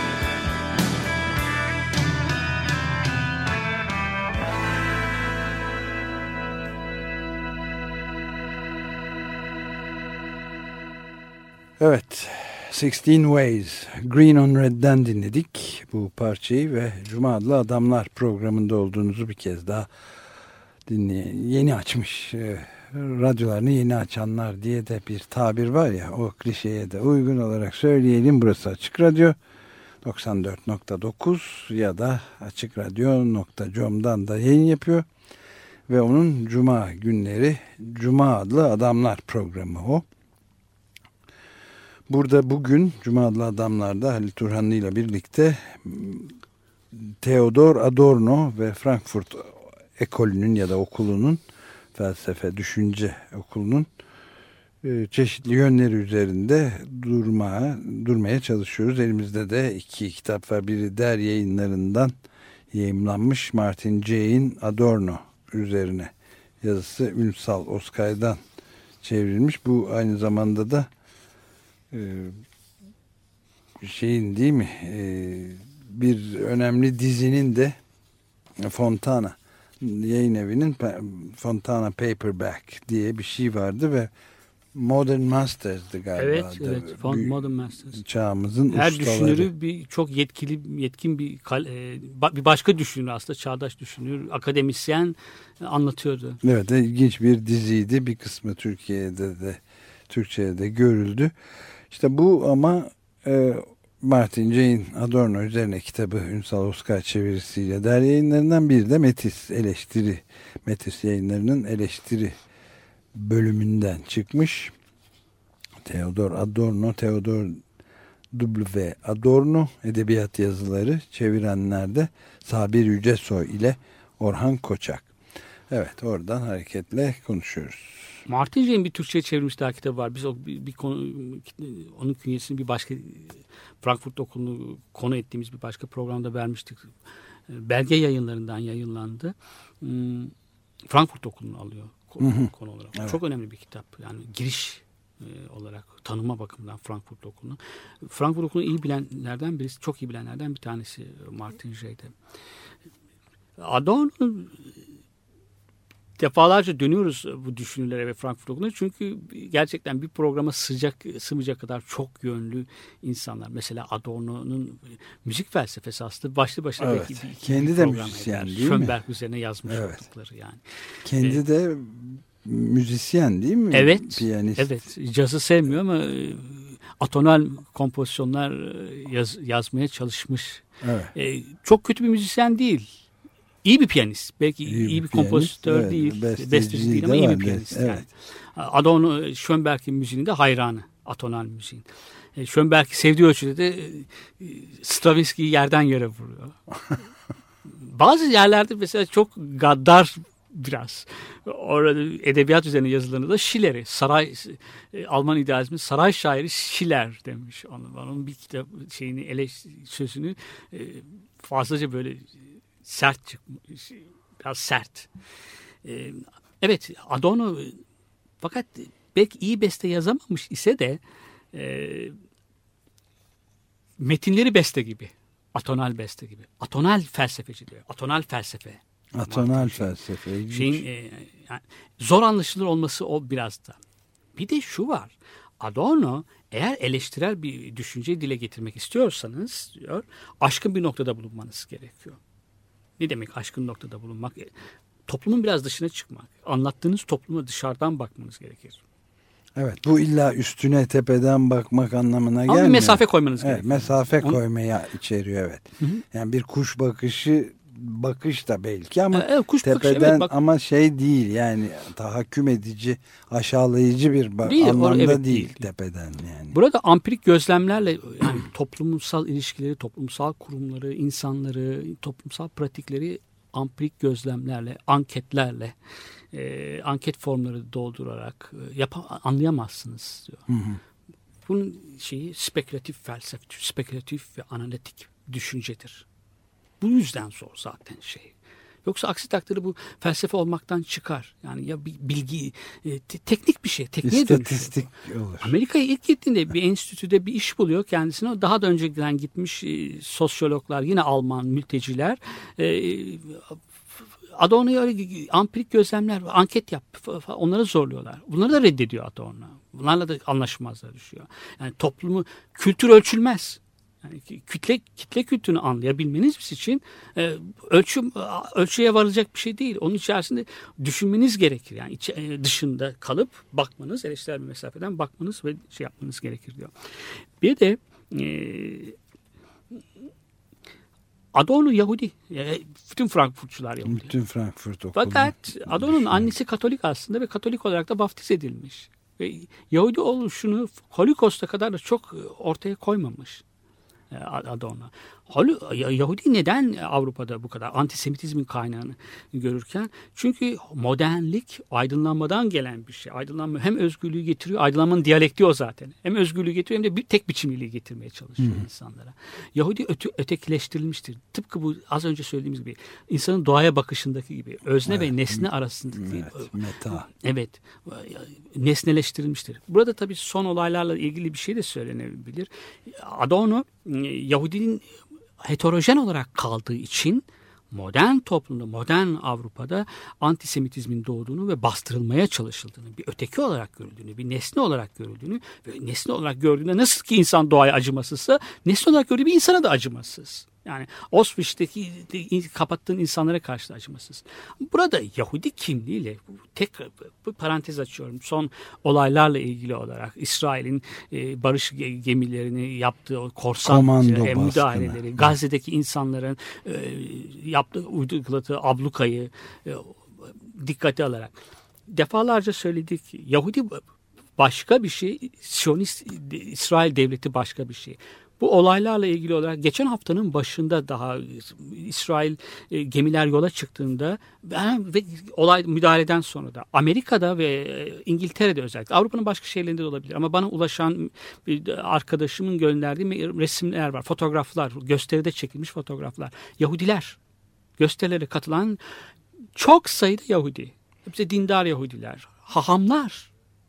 Evet, sixteen Ways, Green on Red'den dinledik bu parçayı ve Cuma adlı Adamlar programında olduğunuzu bir kez daha dinleyen, yeni açmış, e, radyolarını yeni açanlar diye de bir tabir var ya, o klişeye de uygun olarak söyleyelim. Burası Açık Radyo doksan dört nokta dokuz ya da açıkradyo nokta com'dan da yayın yapıyor. ve onun Cuma günleri, Cuma adlı adamlar programı o. Burada bugün Cuma adlı adamlarda Halil Turhanlı ile birlikte Theodor Adorno ve Frankfurt ekolünün ya da okulunun, felsefe, düşünce okulunun çeşitli yönleri üzerinde durmaya, durmaya çalışıyoruz. Elimizde de iki kitap var. Biri Der Yayınları'ndan yayımlanmış Martin Jay'in Adorno üzerine yazısı, Ünsal Oskay'dan çevrilmiş. Bu aynı zamanda da e, şeyin değil mi e, bir önemli dizinin de Fontana yayın evinin Fontana Paperback diye bir şey vardı ve Modern Masters'dı galiba. Evet, evet. Büyük, Modern Masters. Çağımızın her ustaları. düşünürü bir çok yetkili, yetkin bir bir başka düşünür aslında, çağdaş düşünür, akademisyen anlatıyordu. Evet, ilginç bir diziydi. Bir kısmı Türkiye'de de Türkçe'de de görüldü. İşte bu ama e, Martin Jay'in Adorno üzerine kitabı Ünsal Oskay çevirisiyle Der Yayınları'ndan, bir de Metis eleştiri, Metis Yayınları'nın eleştiri bölümünden çıkmış. Theodor Adorno, Theodor W. Adorno edebiyat yazıları, çevirenler de Sabir Yücesoy ile Orhan Koçak. Evet, oradan hareketle konuşuyoruz. Martin Jay'in bir Türkçe'ye çevrilmiş daha kitabı var. Biz o bir, bir konu, onun künyesini bir başka Frankfurt Okulu'nu konu ettiğimiz bir başka programda vermiştik. Belge Yayınları'ndan yayınlandı. Frankfurt Okulu'nu alıyor konu, hı hı. konu olarak. Evet. Çok önemli bir kitap. Yani giriş e, olarak, tanıma bakımından Frankfurt Okulu'nu. Frankfurt Okulu'nu iyi bilenlerden birisi, çok iyi bilenlerden bir tanesi Martin Jay'de. Adorno defalarca dönüyoruz bu düşünürlere ve Frankfurt Okulu'na. Çünkü gerçekten bir programa sıcak, sığmayacak kadar çok yönlü insanlar. Mesela Adorno'nun müzik felsefesi aslında başlı başına evet. belki bir, kendi de müzisyen değil mi? Schönberg üzerine yazmış evet. oldukları yani. Kendi ee, de müzisyen değil mi? Evet. Piyanist. Evet. Cazı sevmiyor ama atonal kompozisyonlar yaz, yazmaya çalışmış. Evet. Ee, çok kötü bir müzisyen değil. İyi bir piyanist. Belki iyi, iyi bir, bir kompozitör evet, değil. Besteci değil ama iyi bir piyanist. Evet. Yani. Adorno, Schönberg'in müziğinin de hayranı. Atonal müziğin. E, Schönberg'i sevdiği ölçüde de e, Stravinsky'yi yerden yere vuruyor. Bazı yerlerde mesela çok gaddar biraz. Orada edebiyat üzerine yazılarında da Schiller'i, saray e, Alman idealizmin saray şairi Schiller demiş. Onun, onun bir kitap şeyini eleş sözünü e, fazlaca böyle sert çıkmış, biraz sert. Ee, evet, Adorno fakat belki iyi beste yazamamış ise de e, metinleri beste gibi, atonal beste gibi, atonal felsefeci diyor, atonal felsefe. Atonal felsefe. Şeyin, e, yani zor anlaşılır olması o biraz da. Bir de şu var. Adorno eğer eleştirel bir düşünceyi dile getirmek istiyorsanız diyor, aşkın bir noktada bulunmanız gerekiyor. Ne demek aşkın noktada bulunmak? Toplumun biraz dışına çıkmak. Anlattığınız topluma dışarıdan bakmanız gerekir. Evet, bu illa üstüne tepeden bakmak anlamına gelmiyor. Ama bir mesafe koymanız evet, gerekiyor. Mesafe Onu... koymaya içeriyor evet. Hı hı. Yani bir kuş bakışı bakış da belki ama evet, kuş tepeden bakışı, evet, bak... ama şey değil yani tahakküm edici, aşağılayıcı bir bak- değil, anlamda or- evet, değil, değil tepeden yani. Burada ampirik gözlemlerle yani toplumsal ilişkileri, toplumsal kurumları, insanları, toplumsal pratikleri ampirik gözlemlerle, anketlerle, e, anket formları doldurarak e, yap- anlayamazsınız diyor. Hı hı. Bunun şeyi spekülatif felsefe, spekülatif ve analitik düşüncedir. Bu yüzden zor zaten şey. Yoksa aksi takdirde bu felsefe olmaktan çıkar. Yani ya bir bilgi, e, te- teknik bir şey, tekniğe dönüşüyor. İstatistik olur. Amerika'ya ilk gittiğinde bir enstitüde bir iş buluyor kendisine. Daha da önceden gitmiş e, sosyologlar, yine Alman mülteciler. E, Adorno'ya öyle ampirik gözlemler, anket yap, onları zorluyorlar. Bunları da reddediyor Adorno. Bunlarla da anlaşmazlığa düşüyor. Yani toplumu, kültür ölçülmez. Yani kitle kitle kültürünü anlayabilmeniz için e, ölçü ölçüye varılacak bir şey değil. Onun içerisinde düşünmeniz gerekir. Yani iç, e, dışında kalıp bakmanız, eleştirel bir mesafeden bakmanız ve şey yapmanız gerekir diyor. Bir de e, Adorno Yahudi. Bütün Frankfurtçular Yahudi. Bütün Frankfurt okulu. Fakat Adorno'nun annesi Katolik aslında ve Katolik olarak da vaftiz edilmiş. Ve Yahudi oluşunu Holocaust'a kadar da çok ortaya koymamış Adorno. Yahudi neden Avrupa'da bu kadar antisemitizmin kaynağını görürken? Çünkü modernlik aydınlanmadan gelen bir şey. Aydınlanma hem özgürlüğü getiriyor, aydınlanmanın diyalektiği o zaten. Hem özgürlüğü getiriyor hem de bir tek biçimliliği getirmeye çalışıyor Hı. insanlara. Yahudi öte, ötekileştirilmiştir. Tıpkı bu az önce söylediğimiz gibi insanın doğaya bakışındaki gibi özne evet. ve nesne arasındaki evet, meta. Evet. Nesneleştirilmiştir. Burada tabii son olaylarla ilgili bir şey de söylenebilir. Adorno Yahudinin heterojen olarak kaldığı için modern toplumda, modern Avrupa'da antisemitizmin doğduğunu ve bastırılmaya çalışıldığını, bir öteki olarak görüldüğünü, bir nesne olarak görüldüğünü ve nesne olarak gördüğünde nasıl ki insan doğaya acımasızsa nesne olarak gördüğü bir insana da acımasız. Yani Auschwitz'teki kapattığın insanlara karşı da acımasız. Burada Yahudi kimliğiyle tekrar bir parantez açıyorum. Son olaylarla ilgili olarak İsrail'in e, barış gemilerini yaptığı o korsan e, müdahaleleri, baskını. Gazze'deki insanların e, yaptığı, uyguladığı ablukayı e, dikkate alarak defalarca söyledik. Yahudi başka bir şey, Siyonist İsrail devleti başka bir şey. Bu olaylarla ilgili olarak geçen haftanın başında daha İsrail e, gemiler yola çıktığında ve olay müdahaleden sonra da Amerika'da ve e, İngiltere'de özellikle Avrupa'nın başka şehirlerinde de olabilir ama bana ulaşan bir arkadaşımın gönderdiği resimler var, fotoğraflar, gösteride çekilmiş fotoğraflar. Yahudiler, gösterilere katılan çok sayıda Yahudi. Hepsi dindar Yahudiler, hahamlar.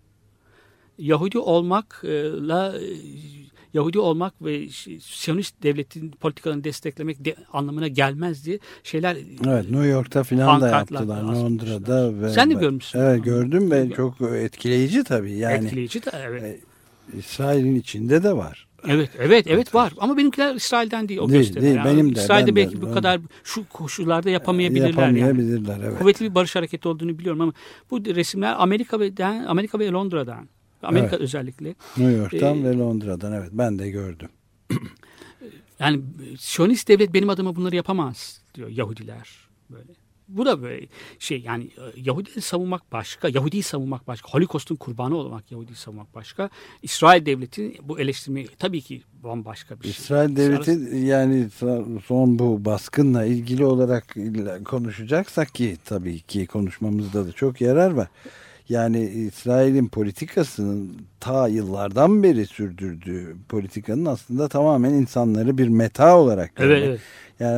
Yahudi olmakla Yahudi olmak ve Siyonist devletin politikalarını desteklemek de, anlamına gelmez diye şeyler. Evet, New York'ta filan da yaptılar, Londra'da. Ve Sen de görmüşsün. Evet, gördüm ve çok etkileyici tabii. Yani, etkileyici de evet. E, İsrail'in içinde de var. Evet, evet, evet var. Ama benimkiler İsrail'den değil o değil, gösteriler. Değil, yani. benim de. İsrail'de belki de, bu ben... kadar şu koşullarda yapamayabilirler. Yapamayabilirler, yani. evet. Kuvvetli bir barış hareketi olduğunu biliyorum ama bu resimler Amerika ve Amerika ve Londra'dan. Amerika evet. özellikle. New York'tan ee, ve Londra'dan evet ben de gördüm. Yani Siyonist devlet benim adıma bunları yapamaz diyor Yahudiler böyle. Bu da böyle şey yani Yahudi'yi savunmak başka, Yahudi'yi savunmak başka, Holocaust'un kurbanı olmak, Yahudi'yi savunmak başka. İsrail devletinin bu eleştirmeyi tabii ki bambaşka bir şey. İsrail devleti yani son bu baskınla ilgili olarak konuşacaksak ki tabii ki konuşmamızda da çok yarar var. Yani İsrail'in politikasının ta yıllardan beri sürdürdüğü politikanın aslında tamamen insanları bir meta olarak görmek. Evet, evet. Yani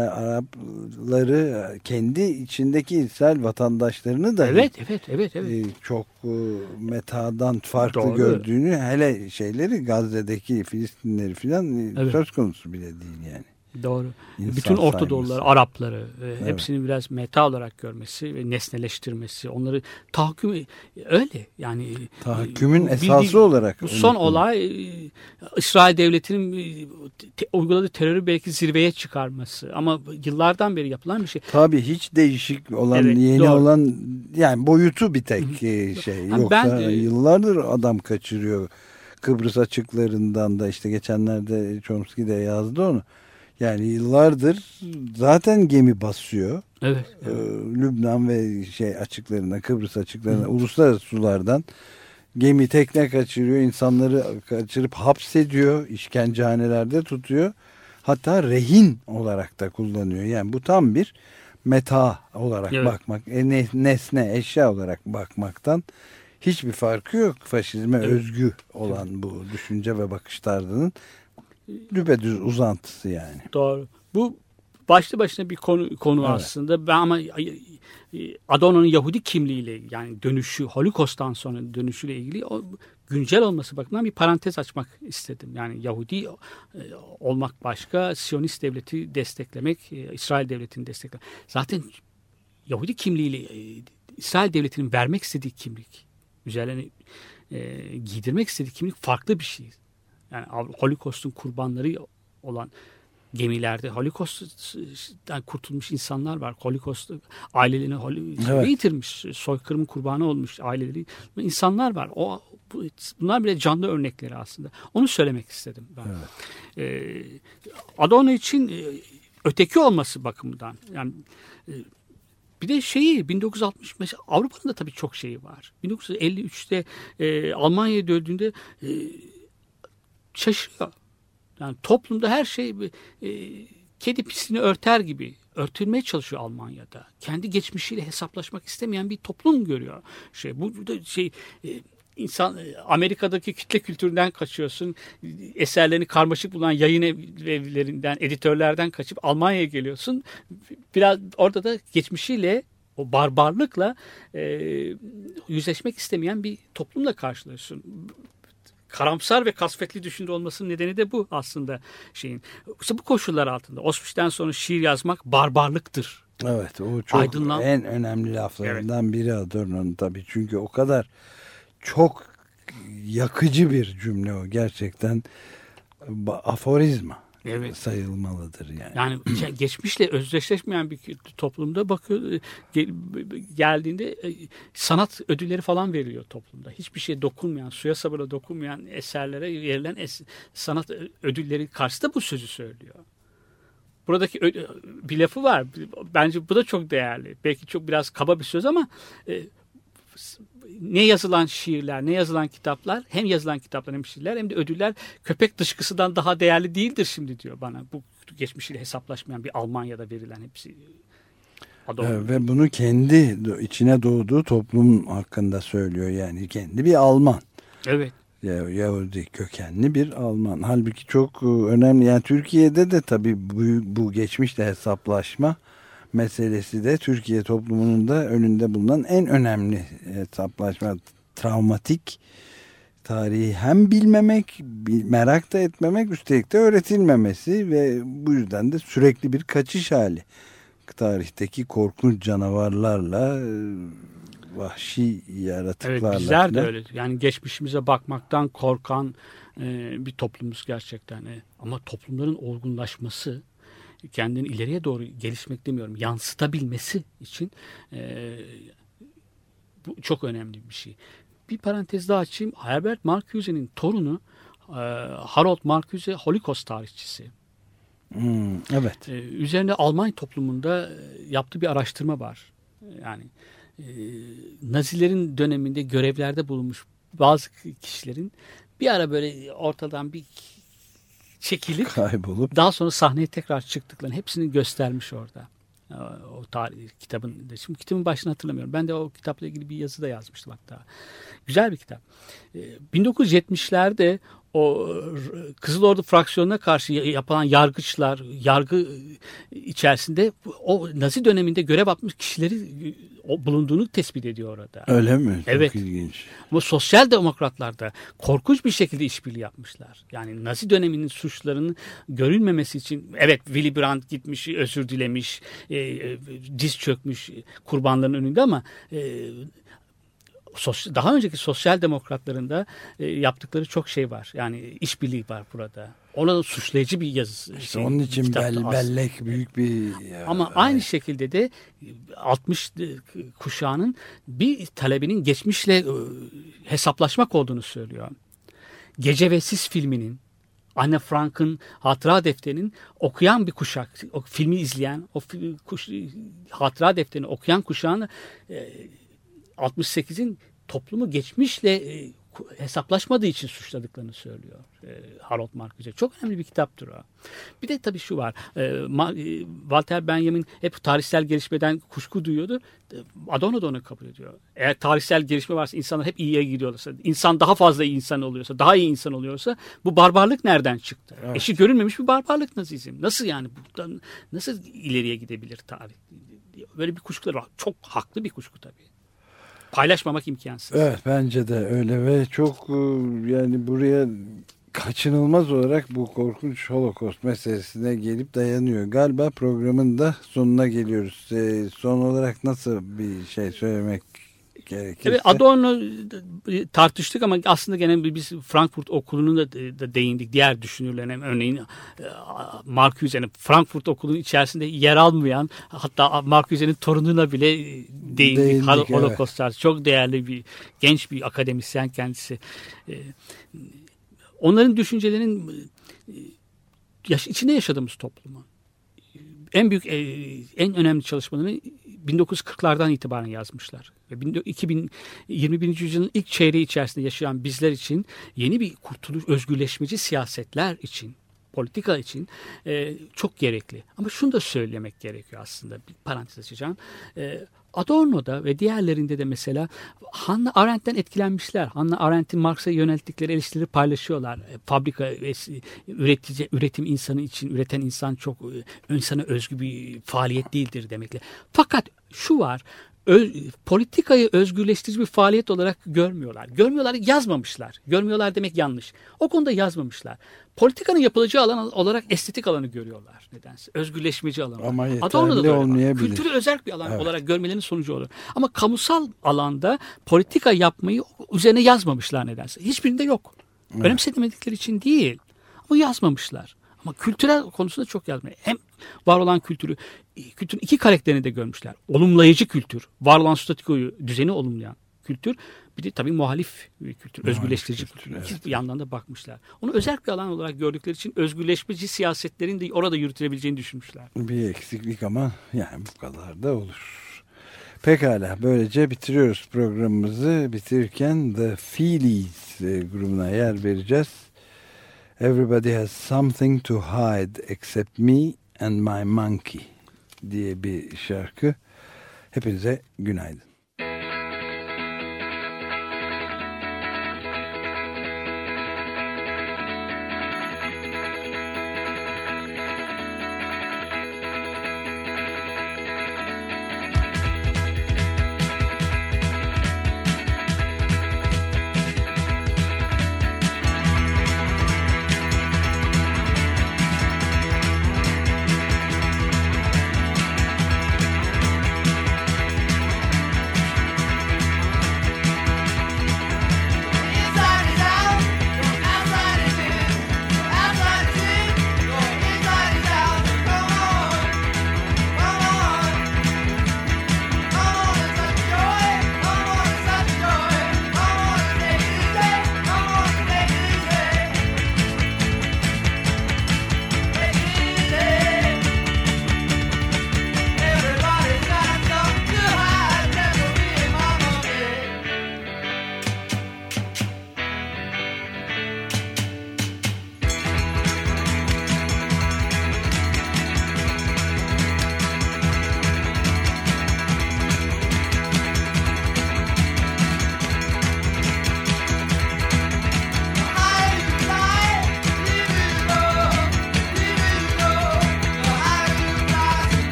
Arapları kendi içindeki İsrail vatandaşlarını da evet, evet, evet, evet. çok metadan farklı Doğru. gördüğünü hele şeyleri Gazze'deki Filistinleri filan evet. söz konusu bile değil yani. Doğru. İnsan bütün Orta Doğuları, Arapları evet. hepsini biraz meta olarak görmesi ve nesneleştirmesi, onları tahakküm öyle yani tahakkümün esası bir, olarak. Bu son olay İsrail devletinin te, uyguladığı terörü belki zirveye çıkarması ama yıllardan beri yapılan bir şey. Tabii hiç değişik olan evet, yeni doğru. olan yani boyutu bir tek şey yani yoksa ben, yıllardır adam kaçırıyor. Kıbrıs açıklarından da işte geçenlerde Chomsky de yazdı onu. Yani yıllardır zaten gemi basıyor. Evet. evet. Ee, Lübnan ve şey açıklarına, Kıbrıs açıklarına, Hı. uluslararası sulardan gemi tekne kaçırıyor, insanları kaçırıp hapsediyor, işkencehanelerde tutuyor. Hatta rehin olarak da kullanıyor. Yani bu tam bir meta olarak evet. bakmak, nesne, eşya olarak bakmaktan hiçbir farkı yok. Faşizme evet. özgü olan evet. bu düşünce ve bakış tarzının düpedüz uzantısı yani. Doğru. Bu başlı başına bir konu konu evet. aslında. Ben ama Adorno'nun Yahudi kimliğiyle yani dönüşü, Holocaust'tan sonra dönüşüyle ilgili o güncel olması bakımından bir parantez açmak istedim. Yani Yahudi olmak başka, Siyonist devleti desteklemek, İsrail devletini desteklemek. Zaten Yahudi kimliğiyle İsrail devletinin vermek istediği kimlik, üzerlerine e, giydirmek istediği kimlik farklı bir şey. Yani Holocaust'un kurbanları olan gemilerde Holocaust'tan kurtulmuş insanlar var. Holocaust ailelerini evet. yitirmiş, soykırım kurbanı olmuş aileleri insanlar var. O bunlar bile canlı örnekleri aslında. Onu söylemek istedim ben. Evet. Ee, Adorno için öteki olması bakımından. Yani e, bir de şeyi bin dokuz yüz altmış mesela Avrupa'nın da tabii çok şeyi var. bin dokuz yüz elli üçte e, Almanya'ya döndüğünde e, şaşırıyor. Yani toplumda her şey e, kedi pisini örter gibi örtülmeye çalışıyor Almanya'da. Kendi geçmişiyle hesaplaşmak istemeyen bir toplum görüyor. Şey bu da şey e, insan Amerika'daki kitle kültüründen kaçıyorsun. Eserlerini karmaşık bulan yayın evlerinden, editörlerden kaçıp Almanya'ya geliyorsun. Biraz orada da geçmişiyle o barbarlıkla e, yüzleşmek istemeyen bir toplumla karşılaşıyorsun. Karamsar ve kasvetli düşünce olmasının nedeni de bu aslında şeyin. İşte bu koşullar altında Auschwitz'ten sonra şiir yazmak barbarlıktır. Evet, o çok Aydınlan... en önemli laflarından evet. biri Adorno'nun tabii. Çünkü o kadar çok yakıcı bir cümle o. Gerçekten aforizma. Evet. Sayılmalıdır yani. Yani geçmişle özdeşleşmeyen bir toplumda bakıyor geldiğinde sanat ödülleri falan veriliyor toplumda. Hiçbir şeye dokunmayan, suya sabuna dokunmayan eserlere verilen es sanat ödülleri karşısında bu sözü söylüyor. Buradaki bir lafı var. Bence bu da çok değerli. Belki çok biraz kaba bir söz ama ne yazılan şiirler, ne yazılan kitaplar, hem yazılan kitaplar hem şiirler hem de ödüller köpek dışkısından daha değerli değildir şimdi diyor bana. Bu geçmişiyle hesaplaşmayan bir Almanya'da verilen hepsi. Adorno. Ve bunu kendi içine doğduğu toplum hakkında söylüyor. Yani kendi bir Alman. Evet. Yahudi kökenli bir Alman. Halbuki çok önemli. Yani Türkiye'de de tabii bu, bu geçmişle hesaplaşma meselesi de Türkiye toplumunun da önünde bulunan en önemli hesaplaşma. Travmatik tarihi hem bilmemek, merak da etmemek, üstelik de öğretilmemesi ve bu yüzden de sürekli bir kaçış hali. Tarihteki korkunç canavarlarla, vahşi yaratıklarla. Evet, bizler de öyle. Yani geçmişimize bakmaktan korkan e, bir toplumuz gerçekten. E. Ama toplumların olgunlaşması, kendini ileriye doğru gelişmek demiyorum, yansıtabilmesi için e, bu çok önemli bir şey. Bir parantez daha açayım. Herbert Marcuse'nin torunu e, Harold Marcuse Holocaust tarihçisi. Hmm, evet. E, üzerinde Alman toplumunda yaptığı bir araştırma var. Yani e, Nazilerin döneminde görevlerde bulunmuş bazı kişilerin bir ara böyle ortadan bir çekilip kaybolup daha sonra sahneye tekrar çıktıklarını hepsini göstermiş orada. O tarih kitabın. Şimdi kitabın başını hatırlamıyorum. Ben de o kitapla ilgili bir yazı da yazmıştım hatta. Güzel bir kitap. bin dokuz yüz yetmişlerde o Kızıl Ordu fraksiyonuna karşı yapılan yargıçlar, yargı içerisinde o Nazi döneminde görev yapmış kişileri bulunduğunu tespit ediyor orada. Öyle mi? Çok evet. ilginç. Ama sosyal demokratlar da korkunç bir şekilde işbirliği yapmışlar. Yani Nazi döneminin suçlarının görülmemesi için evet Willy Brandt gitmiş, özür dilemiş, e, e, diz çökmüş kurbanların önünde ama e, daha önceki sosyal demokratların da e, yaptıkları çok şey var. Yani işbirliği var burada. Ona da suçlayıcı bir yazı. İşte şey, onun için bel, bellek büyük bir... Ya, ama evet. Aynı şekilde de altmış kuşağının bir talebinin geçmişle e, hesaplaşmak olduğunu söylüyor. Gece ve Sis filminin, Anne Frank'ın hatıra defterinin okuyan bir kuşak, o filmi izleyen, o kuş, hatıra defterini okuyan kuşağın e, altmış sekizin toplumu geçmişle e, hesaplaşmadığı için suçladıklarını söylüyor e, Harold Marcuse. Çok önemli bir kitaptır o. Bir de tabii şu var. E, Ma, e, Walter Benjamin hep tarihsel gelişmeden kuşku duyuyordu. Adorno da onu kabul ediyor. Eğer tarihsel gelişme varsa, insanlar hep iyiye gidiyorlarsa, insan daha fazla iyi insan oluyorsa, daha iyi insan oluyorsa bu barbarlık nereden çıktı? Evet. Eşi görülmemiş bir barbarlık Nazizm. Nasıl yani? Buradan nasıl ileriye gidebilir tarih? Böyle bir kuşkuları var. Çok haklı bir kuşku tabii. Paylaşmamak imkansız. Evet, bence de öyle ve çok yani buraya kaçınılmaz olarak bu korkunç Holocaust meselesine gelip dayanıyor. Galiba programın da sonuna geliyoruz. Ee, son olarak nasıl bir şey söylemek gerekirse? Evet, Adorno tartıştık ama aslında gene biz Frankfurt Okulu'nun da, da değindik. Diğer düşünürlerine örneğin Marcuse'nin Frankfurt Okulu'nun içerisinde yer almayan, hatta Marcuse'nin torununa bile değindik. değindik Holocaust evet. Çok değerli bir genç bir akademisyen kendisi. Onların düşüncelerinin içinde yaşadığımız toplumu en büyük, en önemli çalışmalarını bin dokuz yüz kırklardan itibaren yazmışlar. Ve iki bin yirmi birinci yüzyılın ilk çeyreği içerisinde yaşayan bizler için yeni bir kurtuluş, özgürleşmeci siyasetler için, politika için e, çok gerekli. Ama şunu da söylemek gerekiyor aslında. Bir parantez açacağım. E, Adorno'da ve diğerlerinde de mesela Hannah Arendt'ten etkilenmişler. Hannah Arendt'in Marx'a yönelttikleri eleştirileri paylaşıyorlar. E, fabrika ve üretici, üretim insanı için üreten insan çok e, insana özgü bir faaliyet değildir demekle. Fakat şu var. Öz, politikayı özgürleştirici bir faaliyet olarak görmüyorlar. Görmüyorlar, yazmamışlar. Görmüyorlar demek yanlış. O konuda yazmamışlar. Politikanın yapılacağı alan olarak estetik alanı görüyorlar nedense. Özgürleşmeci alanı. Ama yeterli olmayabilir. Kültürü özerk bir alan evet. olarak görmelerinin sonucu olur. Ama kamusal alanda politika yapmayı üzerine yazmamışlar nedense. Hiçbirinde yok. Evet. Önemsedemedikleri için değil. Ama yazmamışlar. Ama kültürel konusunda çok yazmıyor. Hem var olan kültürü, kültürün iki karakterini de görmüşler. Olumlayıcı kültür, var olan statikoyu, düzeni olumlayan kültür. Bir de tabii muhalif bir kültür, muhalif özgürleştirici kültür. kültür. Evet. İki yandan da bakmışlar. Onu özel bir alan olarak gördükleri için özgürleşmeci siyasetlerin de orada yürütülebileceğini düşünmüşler. Bir eksiklik ama yani bu kadar da olur. Pekala, böylece bitiriyoruz programımızı. Bitirirken The Feelies grubuna yer vereceğiz. Everybody has something to hide except me and my monkey diye bir şarkı. Hepinize günaydın.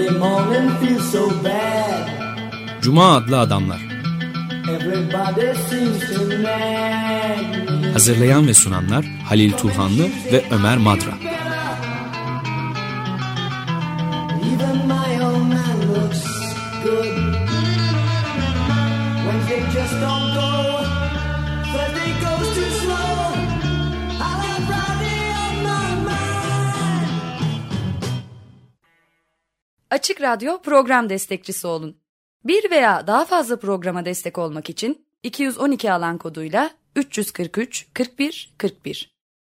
Monday morning feels so bad. Cuma adlı adamlar. Everybody seems to nag me. Hazırlayan ve sunanlar Halil Turhanlı ve Ömer Madra. Even my old man looks good. Wednesday just don't go. Thursday goes too slow. I'll have Friday on my mind. Açık Radyo program destekçisi olun. Bir veya daha fazla programa destek olmak için iki yüz on iki alan koduyla üç yüz kırk üç kırk bir kırk bir